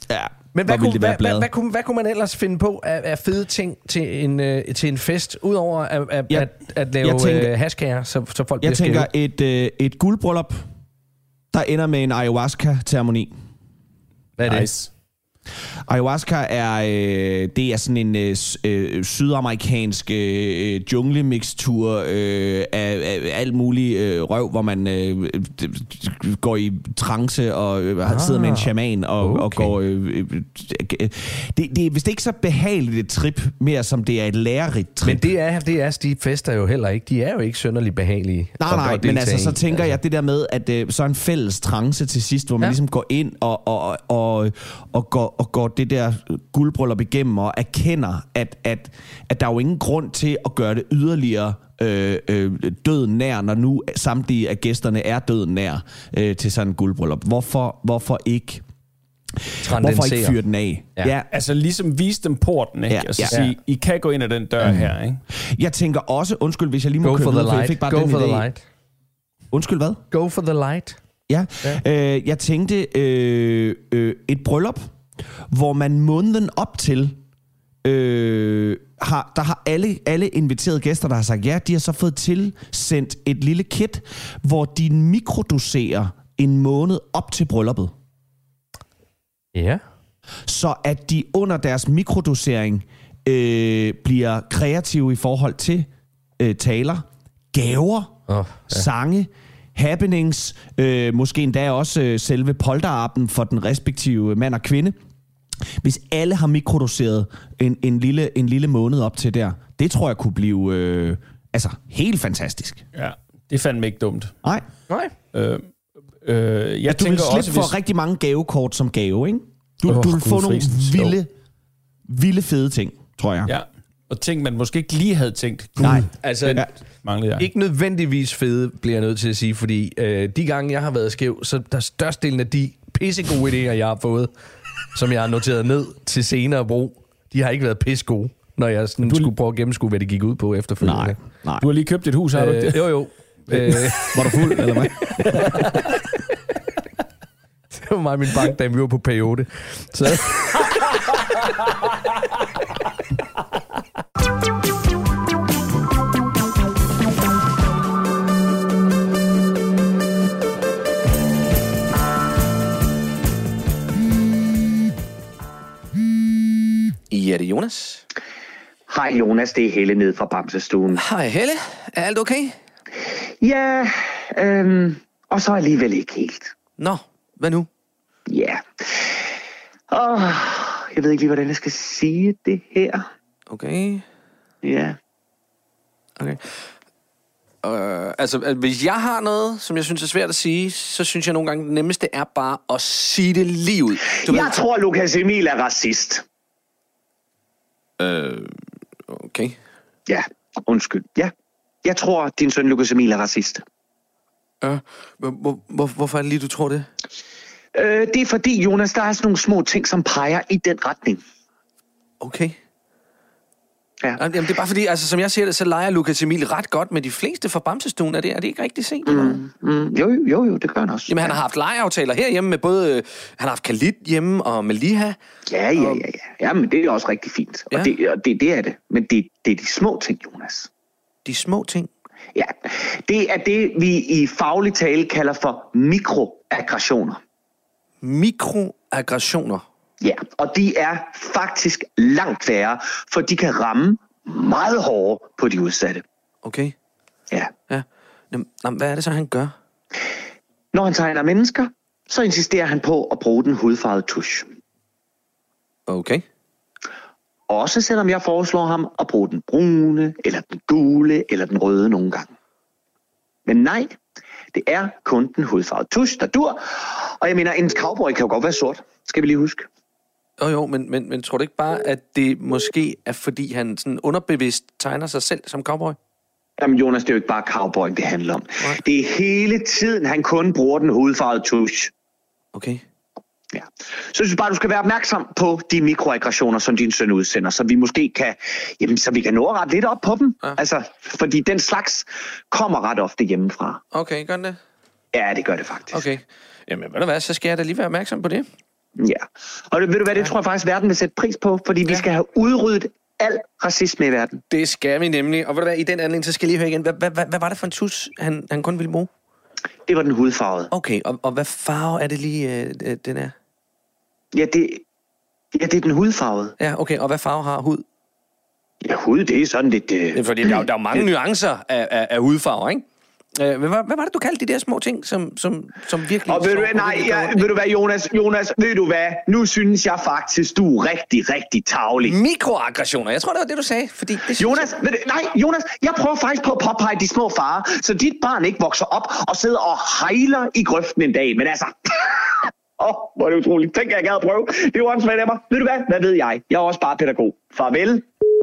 Men hvad hvor ville kunne, det være hvad, hvad, bladet. hvad, kunne, hvad kunne man ellers finde på af, af fede ting til en, øh, til en fest, udover at, at, Jeg- at, at lave jeg tænker- øh, hashkager, så, så folk Jeg bliver tænker skæve? et, øh, et guldbryllup, der ender med en ayahuasca-ceremoni. Hvad er det? Nice. Ayahuasca er, øh, det er sådan en øh, s- øh, sydamerikansk øh, junglemikstur øh, af, af alt muligt øh, røv, hvor man øh, d- går i trance og øh, ah, sidder med en shaman og, okay. og går... Øh, øh, øh, det, det er vist ikke så behageligt et trip, mere som det er et lærerigt trip. Men det er, det er de fester jo heller ikke. De er jo ikke synderligt behagelige. Nej, at- nej, at men deltage altså, så i. tænker jeg det der med, at øh, så er en fælles trance til sidst, hvor man Ja. ja. ligesom går ind og, og, og, og, går, og går det der guldbryllup igennem og erkender, at, at, at der er jo ingen grund til at gøre det yderligere øh, øh, døden nær, når nu samtlige af gæsterne er døden nær øh, til sådan en guldbryllup. Hvorfor, hvorfor ikke? Hvorfor ikke fyre den af? Ja. Ja. Altså ligesom vise dem porten, ikke? Ja, Og så ja. sige, I kan gå ind ad den dør her, ikke? Jeg tænker også, undskyld, hvis jeg lige må Go køre for the videre, for jeg light. fik bare Go den for idé. the light. Undskyld, hvad? Go for the light. Ja, ja. Øh, jeg tænkte øh, øh, et bryllup, hvor man måneden op til, øh, har, der har alle, alle inviterede gæster, der har sagt ja, de har så fået tilsendt et lille kit, hvor de mikrodoserer en måned op til brylluppet. Ja. Så at de under deres mikrodosering øh, bliver kreative i forhold til øh, taler, gaver, Oh, ja. sange, happenings, øh, måske endda også øh, selve polterappen for den respektive mand og kvinde. Hvis alle har mikrodoseret en, en, lille, en lille måned op til der, det tror jeg kunne blive øh, altså helt fantastisk. Ja, det er fandme ikke dumt. Nej. Nej. Øh, øh, jeg Du vil tænker slippe også, for hvis... rigtig mange gavekort som gave, ikke? Du, Åh, oh, du vil Gud få nogle frisens. vilde, vilde fede ting, tror jeg. Ja, og ting, man måske ikke lige havde tænkt. Nej. Altså, Ja. Manglede jeg. ikke nødvendigvis fede, bliver jeg nødt til at sige, fordi øh, de gange, jeg har været skæv, så der størstedelen af de pissegode idéer, jeg har fået, som jeg har noteret ned til senere brug, de har ikke været pissegode, når jeg sådan Du- skulle prøve at gennemskue, hvad det gik ud på efterfølgende. Nej, nej. Du har lige købt et hus, har du ikke Øh, det? jo, jo. Øh, Var du fuld, eller hvad? det var mig og min bank, da vi var på periode. Så... Ja, det er Jonas. Hej Jonas, det er Helle nede fra Bamsestuen. Hej Helle. Er alt okay? Ja, øhm, og så alligevel ikke helt. Nå, hvad nu? Ja. Åh, jeg ved ikke lige, hvordan jeg skal sige det her. Okay. Ja. Okay. Øh, altså, at hvis jeg har noget, som jeg synes er svært at sige, så synes jeg nogle gange, det nemmeste er bare at sige det lige ud. Du Jeg ved- tror, Lukas Emil er racist. Øh, okay. Ja, undskyld. Ja, jeg tror, din søn Lukas Emil er racist. Øh, hvor, hvor, hvorfor er det lige, du tror det? Øh, det er fordi, Jonas, der er sådan nogle små ting, som peger i den retning. Okay. Ja. Jamen, det er bare fordi, altså, som jeg ser det, så leger Lukas Emil ret godt med de fleste fra Bamsestuen. Er det, er det ikke rigtigt set? Mm, mm, jo, jo, jo, det gør han også. Jamen, han har haft legeaftaler herhjemme med både... Øh, han har haft Khalid hjemme og Maliha. Ja, ja, ja, ja. Jamen, det er også rigtig fint. Og, Ja. det, og det, det er det. Men det, det er de små ting, Jonas. De små ting. Ja, det er det, vi i faglig tale kalder for mikroaggressioner. Mikroaggressioner. Ja, og de er faktisk langt værre, for de kan ramme meget hårdere på de udsatte. Okay. Ja. Ja. Jamen, jamen, hvad er det så, han gør? Når han tegner mennesker, så insisterer han på at bruge den hudfarvede tusch. Okay. Også selvom jeg foreslår ham at bruge den brune, eller den gule, eller den røde nogle gange. Men nej, det er kun den hudfarvede tusch, der dur. Og jeg mener, en cowboy kan jo godt være sort. Skal vi lige huske. Jo, jo, men, men, men tror du ikke bare, at det måske er, fordi han sådan underbevidst tegner sig selv som cowboy? Jamen Jonas, det er jo ikke bare cowboy, det handler om. Nej. Det er hele tiden, han kun bruger den hudfarvede tusch. Okay. Ja. Så jeg synes bare, du skal være opmærksom på de mikroaggressioner, som din søn udsender, så vi måske kan, jamen, så vi kan nå at rette lidt op på dem. Ja. Altså, fordi den slags kommer ret ofte hjemmefra. Okay, gør den det? Ja, det gør det faktisk. Okay. Jamen, ved du hvad, så skal jeg da lige være opmærksom på det. Ja, og det, ved du hvad, det tror jeg faktisk, verden vil sætte pris på, fordi vi skal have udryddet al racisme i verden. Det skal vi nemlig. Og ved du hvad, i den anledning, så skal jeg lige høre igen. Hvad, hvad, hvad, hvad var det for en tus, han, han kun ville bruge? Det var den hudfarvede. Okay, og, og hvad farve er det lige, øh, den er? Ja, det, ja, det er den hudfarvede. Ja, okay, og hvad farve har hud? Ja, hud, det er sådan lidt... Øh... Det er, fordi der, er, der er mange nuancer af, af, af hudfarver, ikke? Øh, hvad, hvad var det, du kaldte de der små ting, som, som, som virkelig... Og ved du hvad, nej, ja, ved du hvad, Jonas, Jonas, ved du hvad, nu synes jeg faktisk, du er rigtig, rigtig tarvelig. Mikroaggressioner, jeg tror, det var det, du sagde, fordi... Det Jonas, jeg... ved du, nej, Jonas, jeg prøver faktisk på at påpege de små farer, så dit barn ikke vokser op og sidder og hejler i grøften en dag, men altså... Åh, oh, hvor er det utroligt. Tænk, jeg gad at prøve. Det er jo åndssvagt af mig. Ved du hvad, hvad ved jeg? Jeg er også bare pædagog. Farvel.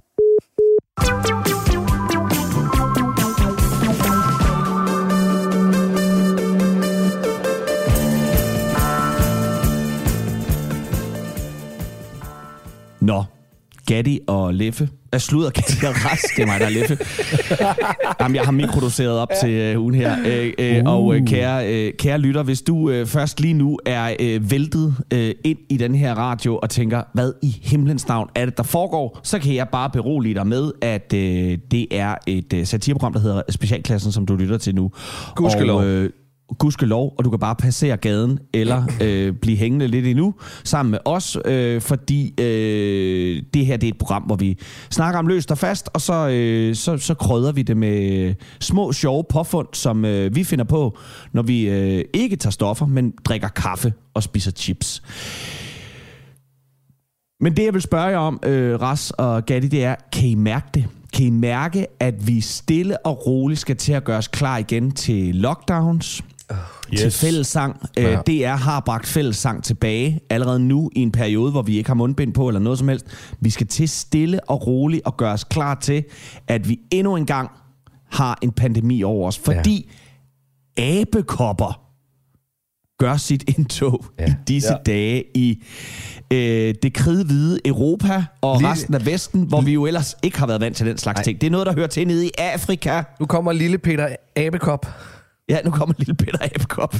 Nå, Gatti og Leffe. Jeg slutter Gatti og Ras. Det er mig, der er Leffe. Jamen, jeg har mikrodoseret op til øh, ugen her. Øh, øh, uh. Og øh, kære, øh, kære lytter, hvis du øh, først lige nu er øh, væltet øh, ind i den her radio og tænker, hvad i himlens navn er det, der foregår, så kan jeg bare berolige dig med, at øh, det er et øh, satireprogram, der hedder Specialklassen, som du lytter til nu. Gudskelov. Og, øh, gudskelov, og du kan bare passere gaden eller øh, blive hængende lidt endnu sammen med os, øh, fordi øh, det her det er et program, hvor vi snakker om løst og fast, og så, øh, så, så krydder vi det med små sjove påfund, som øh, vi finder på, når vi øh, ikke tager stoffer, men drikker kaffe og spiser chips. Men det, jeg vil spørge jer om, øh, Ras og Gatti, det er, kan I mærke det? Kan I mærke, at vi stille og roligt skal til at gøre os klar igen til lockdowns? Oh, yes. Til fællessang. Ja. D R har bragt fællessang tilbage allerede nu i en periode, hvor vi ikke har mundbind på eller noget som helst. Vi skal til stille og roligt og gøre os klar til, at vi endnu en gang har en pandemi over os. Fordi ja. abekopper gør sit indtog ja. i disse ja. dage i øh, det kridhvide Europa og lille, resten af Vesten, hvor vi jo ellers ikke har været vant til den slags nej. ting. Det er noget, der hører til nede i Afrika. Nu kommer lille Peter Abekop. Ja, nu kommer lille Peter Abekop.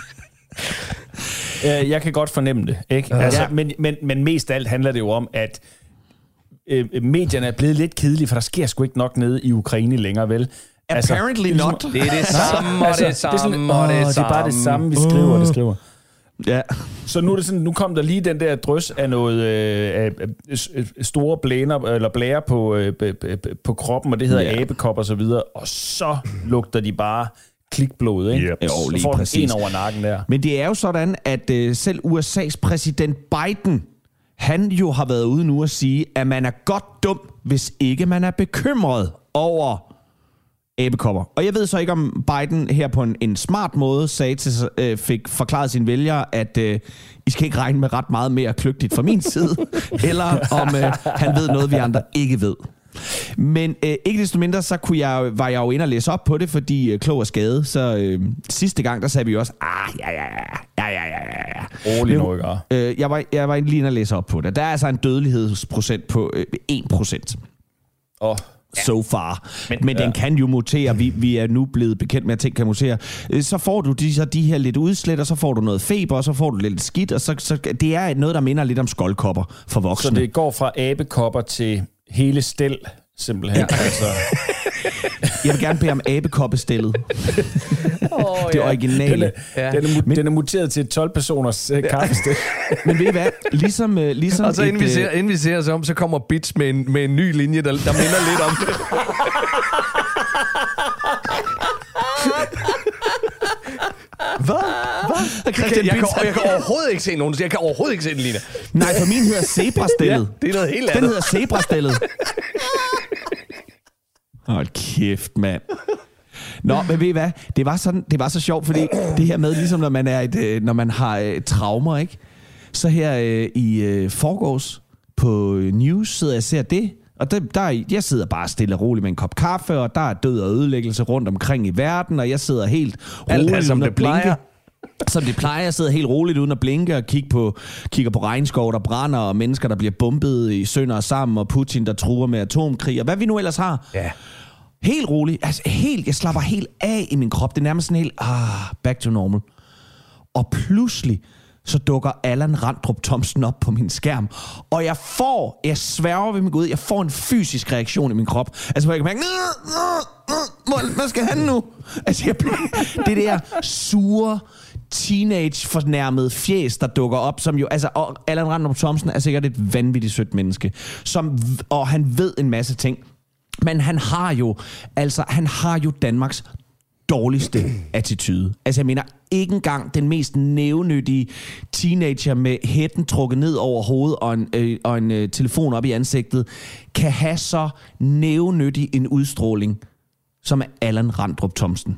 Jeg kan godt fornemme det, ikke? Ja. Altså, men, men, men mest af alt handler det jo om, at øh, medierne er blevet lidt kedelige, for der sker sgu ikke nok nede i Ukraine længere, vel? Apparently altså, not. Det er det samme, og det er samme, og det er det er bare det samme, vi skriver, det skriver. Ja. Så nu er det sådan, nu kom der lige den der drøs af noget øh, af store blæner eller blære på øh, på kroppen, og det hedder ja. abekop og så videre, og så lugter de bare klikblod, ikke? Yep. Jo, lige så får præcis. En over nakken der. Men det er jo sådan, at øh, selv U S A's præsident Biden, han jo har været ude nu at sige, at man er godt dum, hvis ikke man er bekymret over abekopper. Og jeg ved så ikke, om Biden her på en, en smart måde sagde til, øh, fik forklaret sine vælgere, at øh, I skal ikke regne med ret meget mere kløgtigt fra min side, eller om øh, han ved noget, vi andre ikke ved. Men øh, ikke desto mindre, så kunne jeg, var jeg jo inde og læse op på det, fordi øh, klog er skade. Så øh, sidste gang, der sagde vi jo også, ah, ja, ja, ja, ja, ja, ja. Rolig nu, ikke? Øh, jeg, var, jeg var lige inde og læse op på det. Der er altså en dødelighedsprocent på øh, en procent. Åh. Oh. So far. Men, Men den ja. kan jo mutere. Vi, vi er nu blevet bekendt med, at ting kan mutere. Så får du de, så de her lidt udslæt, og så får du noget feber, og så får du lidt skidt, og så, så det er noget, der minder lidt om skoldkopper for voksne. Så det går fra abekopper til hele stel, simpelthen. Altså. Jeg vil gerne bede om abekoppestillet. Oh, det ja. originale. Den er, ja. den, er, Men, den er muteret til tolv-personers uh, kaffestil. Men ved I hvad? Ligesom, uh, ligesom og så inden, et, vi ser, inden vi ser os om, så kommer Bits med en, med en ny linje, der, der minder lidt om det. Hvad? Hvad? Jeg, jeg, kan, jeg kan overhovedet ikke se nogen. Jeg kan overhovedet ikke se den linje. Nej, for min hedder zebrastillet. Ja, det er noget helt andet. Den hedder zebrastillet. Hold kæft, mand. Nå, men ved I hvad? Det var, sådan, det var så sjovt, fordi det her med, ligesom når man, er et, når man har et traumer, ikke? Så her øh, i øh, forgårs på News sidder jeg og ser det, og der, der, jeg sidder bare stille og roligt med en kop kaffe, og der er død og ødelæggelse rundt omkring i verden, og jeg sidder helt roligt alt, som det plejer. Som det plejer, jeg sidder helt roligt uden at blinke og kigge på, kigger på regnskov, der brænder, og mennesker, der bliver bombet i sønder og sammen, og Putin, der truer med atomkrig, og hvad vi nu ellers har. Ja. Helt roligt. Altså helt, jeg slapper helt af i min krop. Det er nærmest sådan helt, ah, back to normal. Og pludselig, så dukker Allan Randrup Thomsen op på min skærm. Og jeg får, jeg sværger ved min Gud, jeg får en fysisk reaktion i min krop. Altså, hvor jeg kan mærke, hvad skal han nu? Altså, jeg, det der sure, teenage-fornærmede fjes, der dukker op, som jo, altså, og Allan Randrup Thomsen er sikkert et vanvittigt sødt menneske, som, og han ved en masse ting. Men han har jo, altså, han har jo Danmarks dårligste attitude. Altså, jeg mener, ikke engang den mest nævnyttige teenager med hætten trukket ned over hovedet og en, øh, og en øh, telefon op i ansigtet, kan have så nævnyttig en udstråling, som er Allan Randrup Thomsen.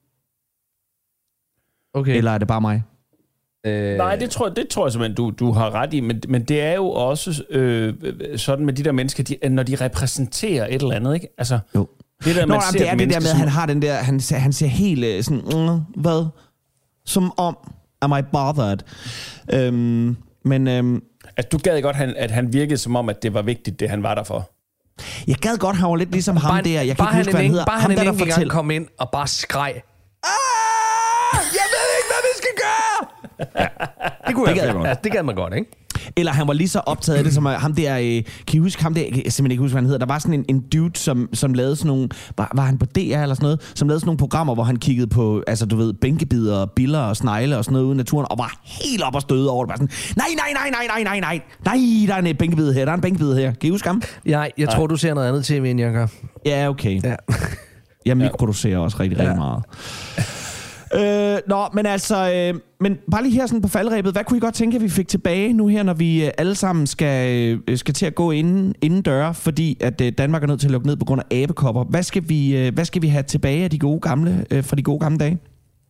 Okay. Eller er det bare mig? Øh... Nej, det tror, det tror jeg simpelthen, du, du har ret i, men, men det er jo også øh, sådan med de der mennesker, de, når de repræsenterer et eller andet, ikke? Altså, jo. Det der, Nå, jamen, det er det der med, at han har den der, han, han ser helt sådan, mm, hvad? Som om, am I bothered? Øhm, men... Øhm, at du gad godt, at han virkede som om, at det var vigtigt, det han var der for. Jeg gad godt, han var lidt ligesom ham bare, der. Jeg kan bare ikke huske, hvad han hedder. Bare ham, han der, en enkelt gang kom ind og bare skreg. Ah! Jeg ved ikke, hvad vi skal gøre! Ja, det kunne det jeg gad godt. Ja, det gad man godt, ikke? Eller han var lige så optaget af det, som ham der, øh, kan I huske ham der, jeg kan simpelthen ikke huske, hvad han hedder, der var sådan en, en dude, som, som lavede sådan nogle, var, var han på D R eller sådan noget, som lavede sådan nogle programmer, hvor han kiggede på, altså du ved, bænkebider og biller og snegle og sådan noget ude i naturen, og var helt op og støde over det, bare sådan, nej, nej, nej, nej, nej, nej, nej, nej, der er en bænkebid her, der er en bænkebid her, kan I huske ham? Ja, jeg tror, du ser noget andet tv, end jeg gør. Ja, okay. Ja. Jeg mikroducerer også rigtig, rigtig ja. meget. Øh, nå, men altså, øh, men bare lige her sådan på faldrebet, hvad kunne I godt tænke, at vi fik tilbage nu her, når vi øh, alle sammen skal, øh, skal til at gå inden, inden døre, fordi at øh, Danmark er nødt til at lukke ned på grund af abekopper. Hvad skal vi, øh, hvad skal vi have tilbage af de gode gamle, øh, fra de gode gamle dage?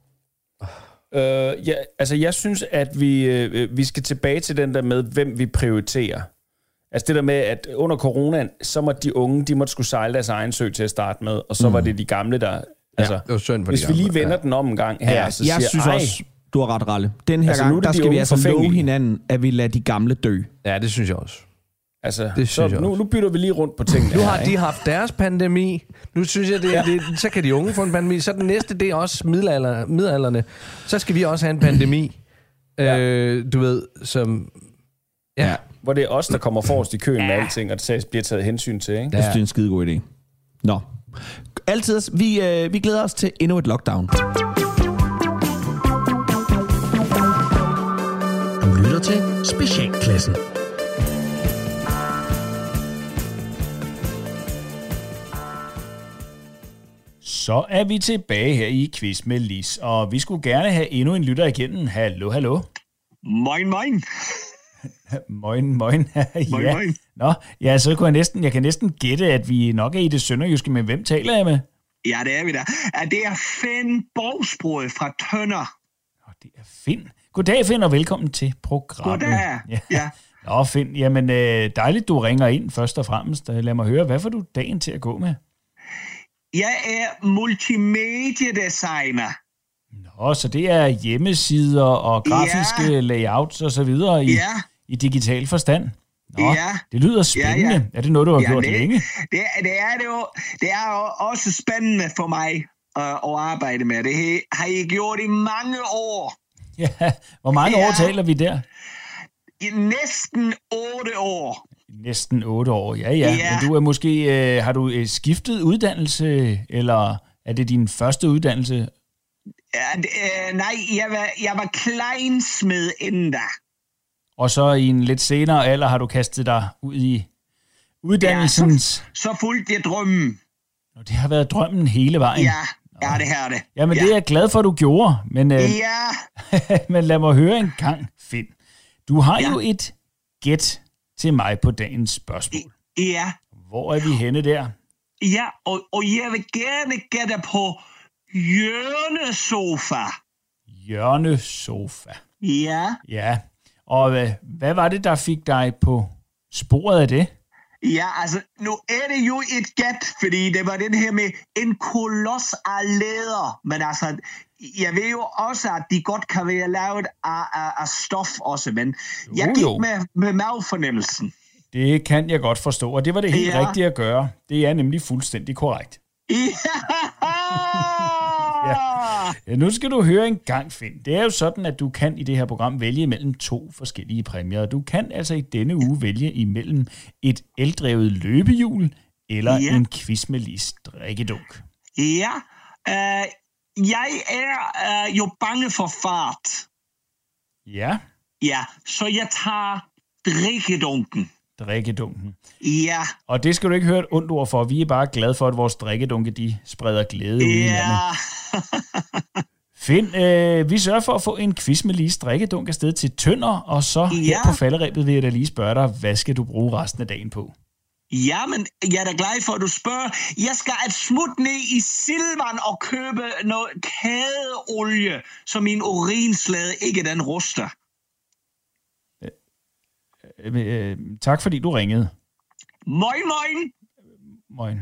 Øh, ja, altså, jeg synes, at vi, øh, vi skal tilbage til den der med, hvem vi prioriterer. Altså det der med, at under coronaen, så måtte de unge, de måtte skulle sejle deres egen sø til at starte med, og så mm. var det de gamle, der... Altså, ja, synd, hvis vi lige vender ja. den om en gang her, ja, så jeg siger, synes ej, også, du har ret, Ralle. Den her altså, gang, der de skal vi altså love forfængelige. hinanden, at vi lader de gamle dø. Ja, det synes jeg også. Altså, det så synes nu, nu bytter vi lige rundt på tingene. Nu har her, de haft deres pandemi. Nu synes jeg, det, ja. det, så kan de unge få en pandemi. Så den næste, det er også middelalder, middelalderne. Så skal vi også have en pandemi. ja. øh, du ved, som... Ja. ja. Hvor det er os, der kommer forrest i køen ja. med alting, og det bliver taget hensyn til, ikke? Jeg synes, det er en skide god idé. Nå. Altid, vi, øh, vi glæder os til endnu et lockdown. Du lytter til Specialklassen. Så er vi tilbage her i Quiz med Lis, og vi skulle gerne have endnu en lytter igennem. Hallo, hallo. Moin, moin. Moin, moin. ja. Moin, moin. Nå, ja, så kunne jeg næsten, jeg kan næsten gætte, at vi nok er i det sønderjyske, men hvem taler jeg med? Ja, det er vi da. Det er Finn Borgsbrød fra Tønder. Nå, det er Finn. Goddag, Finn, og velkommen til programmet. Goddag, ja. ja. Nå, Finn, jamen dejligt, du ringer ind først og fremmest. Lad mig høre, hvad får du dagen til at gå med? Jeg er multimediedesigner. Nå, så det er hjemmesider og grafiske ja. layouts og så videre i, ja. i digital forstand. Nå, ja. det lyder spændende. Ja, ja. Er det noget, du har ja, gjort det, længe? Det, det, er det, jo, det er jo også spændende for mig at, at arbejde med. Det har jeg gjort i mange år. Ja, hvor mange ja. år taler vi der? I næsten otte år. Næsten otte år, ja, ja. ja. Men du er måske, øh, har du øh, skiftet uddannelse, eller er det din første uddannelse? Ja, det, øh, nej, jeg var, jeg var kleinsmed inden da. Og så i en lidt senere alder har du kastet dig ud i uddannelsens... Ja, så, så fulgte jeg drømmen. Og det har været drømmen hele vejen. Ja, ja det har det. Jamen ja. det er jeg glad for, at du gjorde. Men, øh, ja. men lad mig høre en gang, Finn. Du har ja. jo et gæt til mig på dagens spørgsmål. Ja. Hvor er vi henne der? Ja, og, og jeg vil gerne gætte på hjørnesofa. Hjørnesofa. Ja. Ja. Og hvad, hvad var det, der fik dig på sporet af det? Ja, altså, nu er det jo et gæt, fordi det var den her med en koloss af læder. Men altså, jeg ved jo også, at de godt kan være lavet af, af, af stof også, men jo, jeg gik jo. med, med mavefornemmelsen. Det kan jeg godt forstå, og det var det helt ja. rigtige at gøre. Det er nemlig fuldstændig korrekt. Ja! Ja, nu skal du høre en gang, Finn. Det er jo sådan, at du kan i det her program vælge mellem to forskellige præmier. Du kan altså i denne uge vælge imellem et eldrevet løbehjul eller Ja. en quiz med Lis drikkedunk. Ja, øh, jeg er øh, jo bange for fart. Ja, Ja, så jeg tager drikkedunken. drikkedunken. Ja, Og det skal du ikke høre et ondt ord for. Vi er bare glade for, at vores drikkedunke, de spreder glæde ud i landet. ja. Finn, øh, vi sørger for at få en quiz med Lis drikkedunk afsted til Tønder, og så her Ja. på falderæbet vil jeg da lige spørge dig, hvad skal du bruge resten af dagen på? Ja, men jeg er da glad for, at du spørger. Jeg skal et smut ned i Silvan og købe noget kadeolie, så min urinslade ikke den ruster. Øh, øh, tak fordi du ringede. Moin, moin. Moin.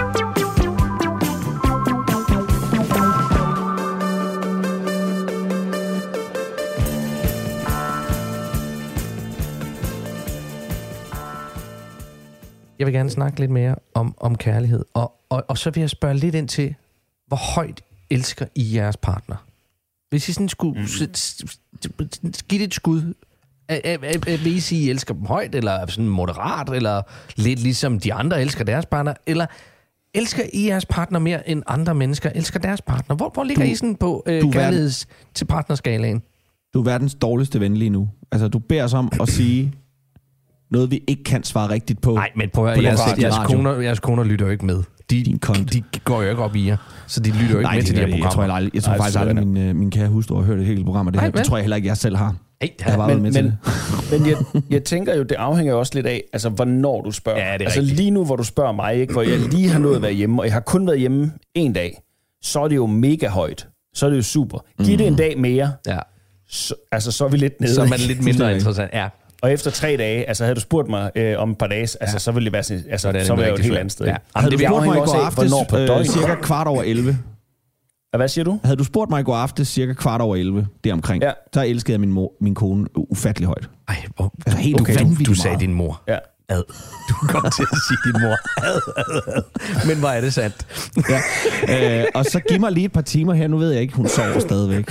Jeg vil gerne snakke lidt mere om, om kærlighed. Og, og, og så vil jeg spørge lidt ind til, hvor højt elsker I jeres partner? Hvis I sådan skulle mm. give det et skud, er, er, er, vil I sige, I elsker dem højt, eller sådan moderat, eller lidt ligesom de andre elsker deres partner, eller elsker I jeres partner mere end andre mennesker elsker deres partner? Hvor, hvor ligger Du- I sådan på øh, du er kærligheds til partnerskalaen? Du er verdens dårligste ven lige nu. Altså, du beder os om at sige noget, vi ikke kan svare rigtigt på. Nej, men prøv at på høre, den jeres, radio. jeres, koner, jeres koner lytter jo ikke med. De, Din kont. de går jo ikke op i jer, så de lytter jo ikke Nej, med til de her det, jeg tror, programmer. jeg, aldrig, jeg tror Nej, faktisk så er aldrig, det. min, øh, min kære hustru har hørt et helt program af det Nej, her. Det vel? tror jeg heller ikke, jeg selv har. Hey, Jeg har bare været med men, til det. men jeg, jeg tænker jo, det afhænger jo også lidt af, altså, hvornår du spørger. Ja, det er altså rigtigt. lige nu, hvor du spørger mig, ikke, hvor jeg lige har nået at være hjemme, og jeg har kun været hjemme en dag, så er det jo mega højt. Så er det jo super. Giv det en dag mere, Ja. så, altså, så er vi lidt nede. Så er man lidt mindre Fuldstændig. interessant. Ja. Og efter tre dage, altså havde du spurgt mig øh, om et par dage, altså, Ja. så ville det være sådan, altså, Så er det så var jeg jo et rigtig helt svært. andet sted. Ja. Ja. Havde du det spurgt mig i afhænger går også af, aftes, hvornår på øh, døgnet. cirka kvart over elleve. Hvad siger du? Havde du spurgt mig i går aftes, cirka kvart over elleve, deromkring, Ja. så elskede jeg min, mor, min kone ufattelig højt. Ej, hvor, Altså helt okay, du, vanvittigt du sagde meget. din mor. Ja. Ad. Du kom til at sige din mor. Ad, ad, ad. Men hvor er det sandt? Ja. Øh, og så giv mig lige et par timer her. Nu ved jeg ikke, hun sover stadigvæk.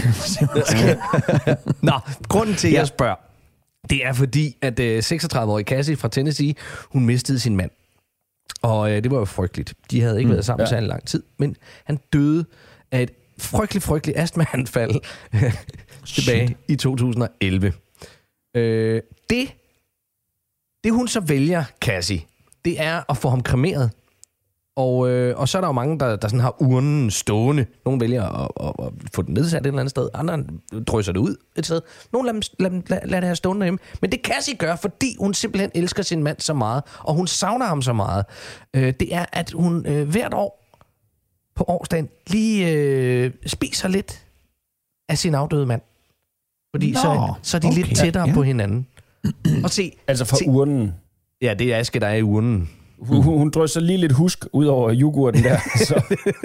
Nå, grunden til, at Ja. jeg spørger, det er fordi, at øh, seksogtredive-årige Cassie fra Tennessee, hun mistede sin mand. Og øh, det var jo frygteligt. De havde ikke mm, været sammen ja. særlig lang tid, men han døde af et frygteligt, frygteligt astmaanfald tilbage i to tusind og elleve. Øh, det, det hun så vælger, Cassie, det er at få ham kremeret. Og, øh, og så er der jo mange, der, der sådan har urnen stående. Nogle vælger at, at, at få den nedsat et eller andet sted. Andre drysser det ud et sted. Nogle lader, dem, lader, lader, lader det her stående derhjemme. Men det Cassie gør, fordi hun simpelthen elsker sin mand så meget, og hun savner ham så meget, øh, det er, at hun øh, hvert år på årsdagen lige øh, spiser lidt af sin afdøde mand. Fordi Nå, så, så er de okay. lidt tættere Ja. på hinanden. Og se, Altså fra se, urnen. ja, det er aske, der er i urnen. Hun, hun drysser lige lidt husk ud over yoghurten der. Så.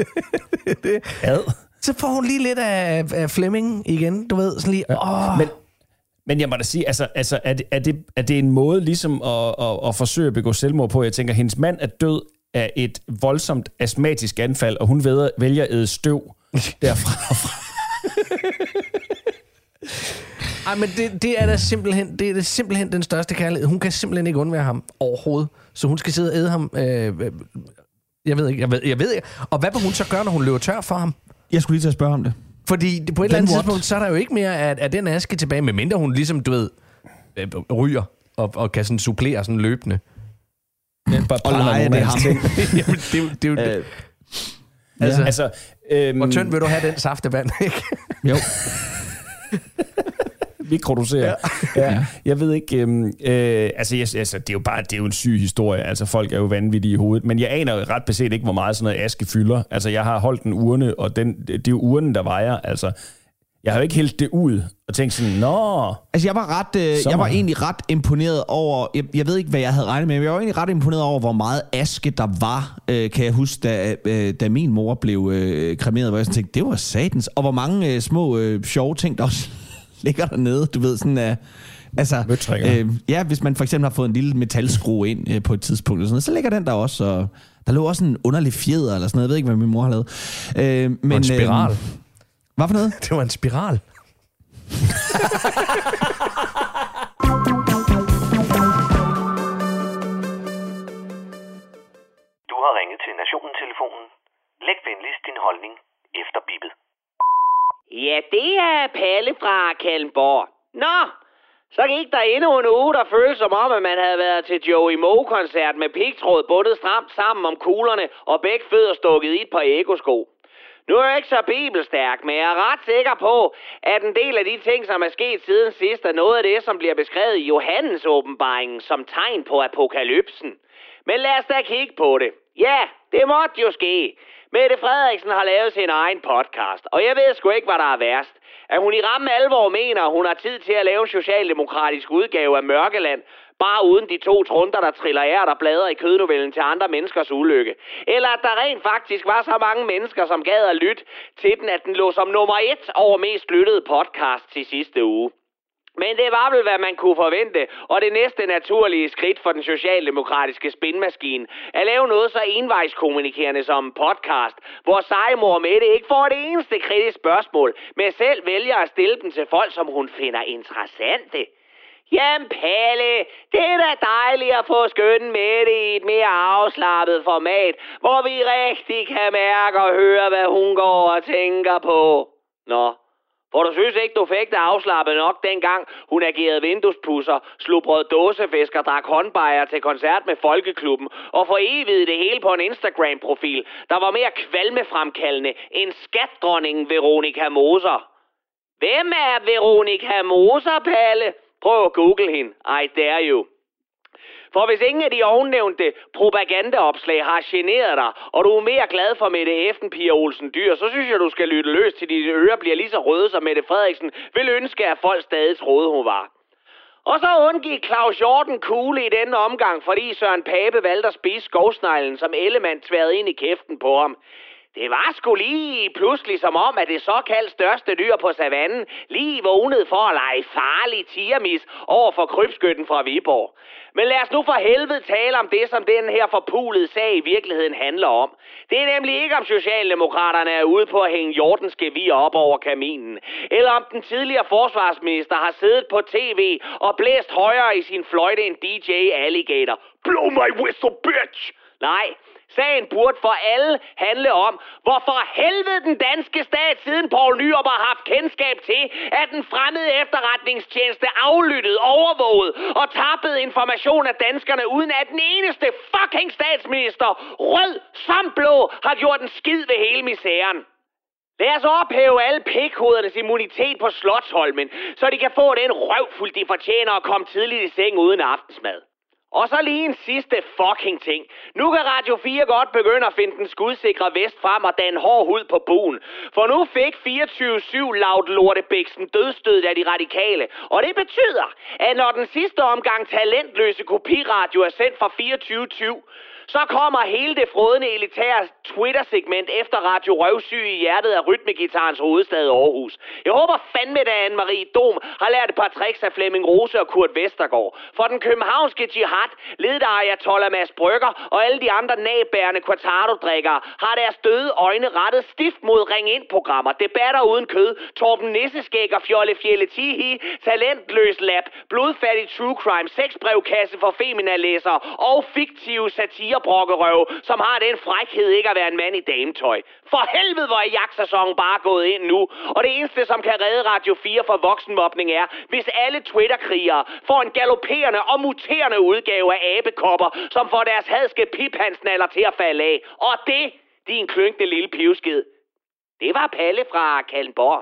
Ad. Så får hun lige lidt af, af Flemming igen, du ved, sådan lige, åh. Men, men jeg må da sige, altså, altså er, det, er, det, er det en måde ligesom at, at, at forsøge at begå selvmord på? Jeg tænker, hendes mand er død af et voldsomt astmatisk anfald, og hun vælger, vælger at æde støv derfra. Ej, men det, det er da simpelthen, det er da simpelthen den største kærlighed. Hun kan simpelthen ikke undvære ham overhovedet. Så hun skal sidde og æde ham. Øh, øh, jeg ved ikke, jeg ved, jeg ved ikke. Og hvad vil hun så gøre, når hun løber tør for ham? Jeg skulle lige til at spørge om det. Fordi det, på et eller Then andet what? tidspunkt, så er der jo ikke mere af, af den aske tilbage, medmindre hun ligesom, du ved, øh, ryger og, og kan sådan supplere sådan løbende. Og lege det ham. Jamen, det, er jo- det, er jo det. Øh, Altså, altså, øhm, hvor tynd vil du have den saftevand, ikke? Jo. mikrodosere. Ja. Ja. Jeg ved ikke, øhm, øh, altså, jeg, altså det er jo bare, det er jo en syg historie, altså folk er jo vanvittige i hovedet, men jeg aner jo ret beset ikke, hvor meget sådan noget aske fylder. Altså jeg har holdt en urne, og den, det er jo urnen, der vejer, altså jeg har jo ikke hældt det ud og tænkt sådan, nå. Altså jeg var ret, øh, jeg var egentlig ret imponeret over, jeg, jeg ved ikke, hvad jeg havde regnet med, men jeg var egentlig ret imponeret over, hvor meget aske der var, øh, kan jeg huske, da, øh, da min mor blev øh, kremeret, hvor jeg sådan tænkte, det var satans, og hvor mange øh, små øh, sjove ting, der også ligger dernede, du ved, sådan... Uh, altså, øh, ja, hvis man for eksempel har fået en lille metalskrue ind øh, på et tidspunkt, eller sådan noget, så ligger den der også, og der lå også en underlig fjeder, eller sådan noget, jeg ved ikke, hvad min mor har lavet. Øh, men, det var en spiral. Øh, hvad for noget? Det var en spiral. Du har ringet til Nationen-telefonen. Læg venligst din holdning efter bippet. Ja, det er Palle fra Kalmborg. Nå, så gik der endnu en uge, der føltes som om, at man havde været til Joey Moe-koncert med pigtråd bundet stramt sammen om kuglerne og begge fødder stukket i et par ekosko. Nu er jeg ikke så bibelstærk, men jeg er ret sikker på, at en del af de ting, som er sket siden sidst, er noget af det, som bliver beskrevet i Johannes åbenbaringen som tegn på apokalypsen. Men lad os da kigge på det. Ja, det måtte jo ske. Mette Frederiksen har lavet sin egen podcast, og jeg ved sgu ikke, hvad der er værst. At hun i ramme alvor mener, at hun har tid til at lave en socialdemokratisk udgave af Mørkeland, bare uden de to trunder, der triller af, der bladrer i kødnovellen til andre menneskers ulykke. Eller at der rent faktisk var så mange mennesker, som gad at lytte til den, at den lå som nummer et over mest lyttede podcast til sidste uge. Men det var vel, hvad man kunne forvente, og det næste naturlige skridt for den socialdemokratiske spinmaskine, at lave noget så envejskommunikerende som en podcast, hvor sejmor Mette ikke får det eneste kritisk spørgsmål, men selv vælger at stille dem til folk, som hun finder interessante. Jamen Palle, det er da dejligt at få skønnen Mette i et mere afslappet format, hvor vi rigtig kan mærke og høre, hvad hun går og tænker på. Nå. For du synes ikke, du fik det afslappet nok, dengang hun agerede vinduespusser, slubrød dåsefisk og drak håndbajer til koncert med Folkeklubben, og for evigt det hele på en Instagram-profil, der var mere kvalmefremkaldende end skatdronningen Veronica Moser. Hvem er Veronica Moser, Palle? Prøv at google hende. I dare you. For hvis ingen af de ovennævnte propagandaopslag har generet dig, og du er mere glad for Mette Effen Pia Olsen Dyr, så synes jeg, du skal lytte løs til dine ører bliver lige så røde, som Mette Frederiksen vil ønske, at folk stadig troede, hun var. Og så undgik Claus Hjorten kugle i denne omgang, fordi Søren Pape valgte at spise skovsneglen, som Ellemann tværede ind i kæften på ham. Det var sgu lige pludselig som om, at det såkaldt største dyr på savannen lige vågnede for at lege farlig tigermis over for krybskytten fra Viborg. Men lad os nu for helvede tale om det, som den her forpulede sag i virkeligheden handler om. Det er nemlig ikke om Socialdemokraterne er ude på at hænge Hjortens gevir op over kaminen, eller om den tidligere forsvarsminister har siddet på tv og blæst højere i sin fløjte end D J Alligator. Blow my whistle, bitch! Nej. Sagen burde for alle handle om, hvorfor helvede den danske stat siden Poul Nyrup har haft kendskab til, at den fremmede efterretningstjeneste aflyttede, overvågede og tappede information af danskerne, uden at den eneste fucking statsminister, rød som blå, har gjort en skid ved hele misæren. Lad os ophæve alle pikhodernes immunitet på Slotsholmen, så de kan få den røvfuld, de fortjener at komme tidligt i seng uden aftensmad. Og så lige en sidste fucking ting. Nu kan Radio fire godt begynde at finde den skudsikre vest frem og danne hård hud på buen. For nu fik fireogtyve syv Laut Lortebæksen dødstødet af de radikale. Og det betyder, at når den sidste omgang talentløse kopiradio er sendt fra fireogtyve tyve, så kommer hele det frådende elitære Twitter-segment efter Radio Røvsyg i hjertet af rytmegitarens hovedstad Aarhus. Jeg håber fandme, at Anne-Marie Dom har lært et par tricks af Flemming Rose og Kurt Vestergaard. For den københavnske jihad, ledet af Ayatollah Mads Brygger og alle de andre nagbærende Cortado-drikkere, har deres døde øjne rettet stift mod ring-ind-programmer, debatter uden kød, Torben Nisseskæg og Fjolle Fjelle Tihi, talentløs lab, blodfattig true crime, sexbrevkasse for feminalæsere og fiktive satire brokkerøv, som har den frækhed ikke at være en mand i dametøj. For helvede, hvor er jagtsæsonen bare gået ind nu. Og det eneste, som kan redde Radio fire for voksenmobning er, hvis alle Twitter-krigere får en galopperende og muterende udgave af abekopper, som får deres hadske piphansnaller til at falde af. Og det, din klynkende lille pivskid. Det var Palle fra Kalmborg.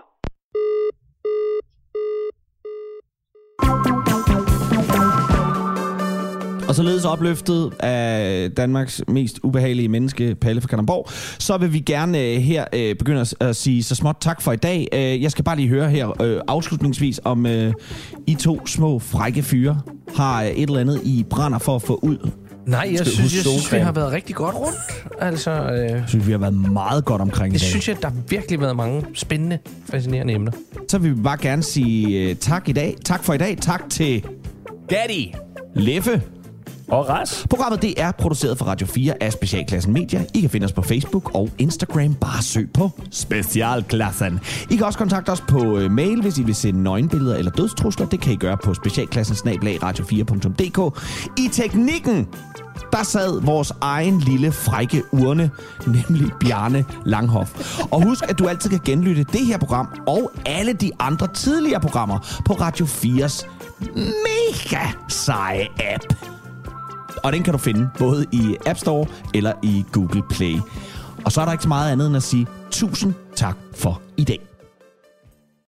Og således opløftet af Danmarks mest ubehagelige menneske, Palle fra Kalundborg, så vil vi gerne uh, her uh, begynde at, at sige så småt tak for i dag. Uh, jeg skal bare lige høre her uh, afslutningsvis, om uh, I to små frække fyre har uh, et eller andet, I brænder for at få ud Nej, jeg synes, jeg synes, vi har været rigtig godt rundt. Altså, øh, jeg synes, vi har været meget godt omkring det i dag. synes jeg, der har virkelig været mange spændende, fascinerende emner. Så vil vi bare gerne sige uh, tak i dag. Tak for i dag. Tak til Daddy, Leffe og Ras. Programmet det er produceret for Radio fire af Specialklassen Media. I kan finde os på Facebook og Instagram. Bare søg på Specialklassen. I kan også kontakte os på uh, mail, hvis I vil sende nøgenbilleder eller dødstrusler. Det kan I gøre på specialklassen snabel-a radio fire punktum d k. I teknikken der sad vores egen lille frække urne, nemlig Bjarne Langhoff. Og husk, at du altid kan genlytte det her program og alle de andre tidligere programmer på Radio fires mega seje app. Og den kan du finde både i App Store eller i Google Play. Og så er der ikke så meget andet end at sige tusind tak for i dag.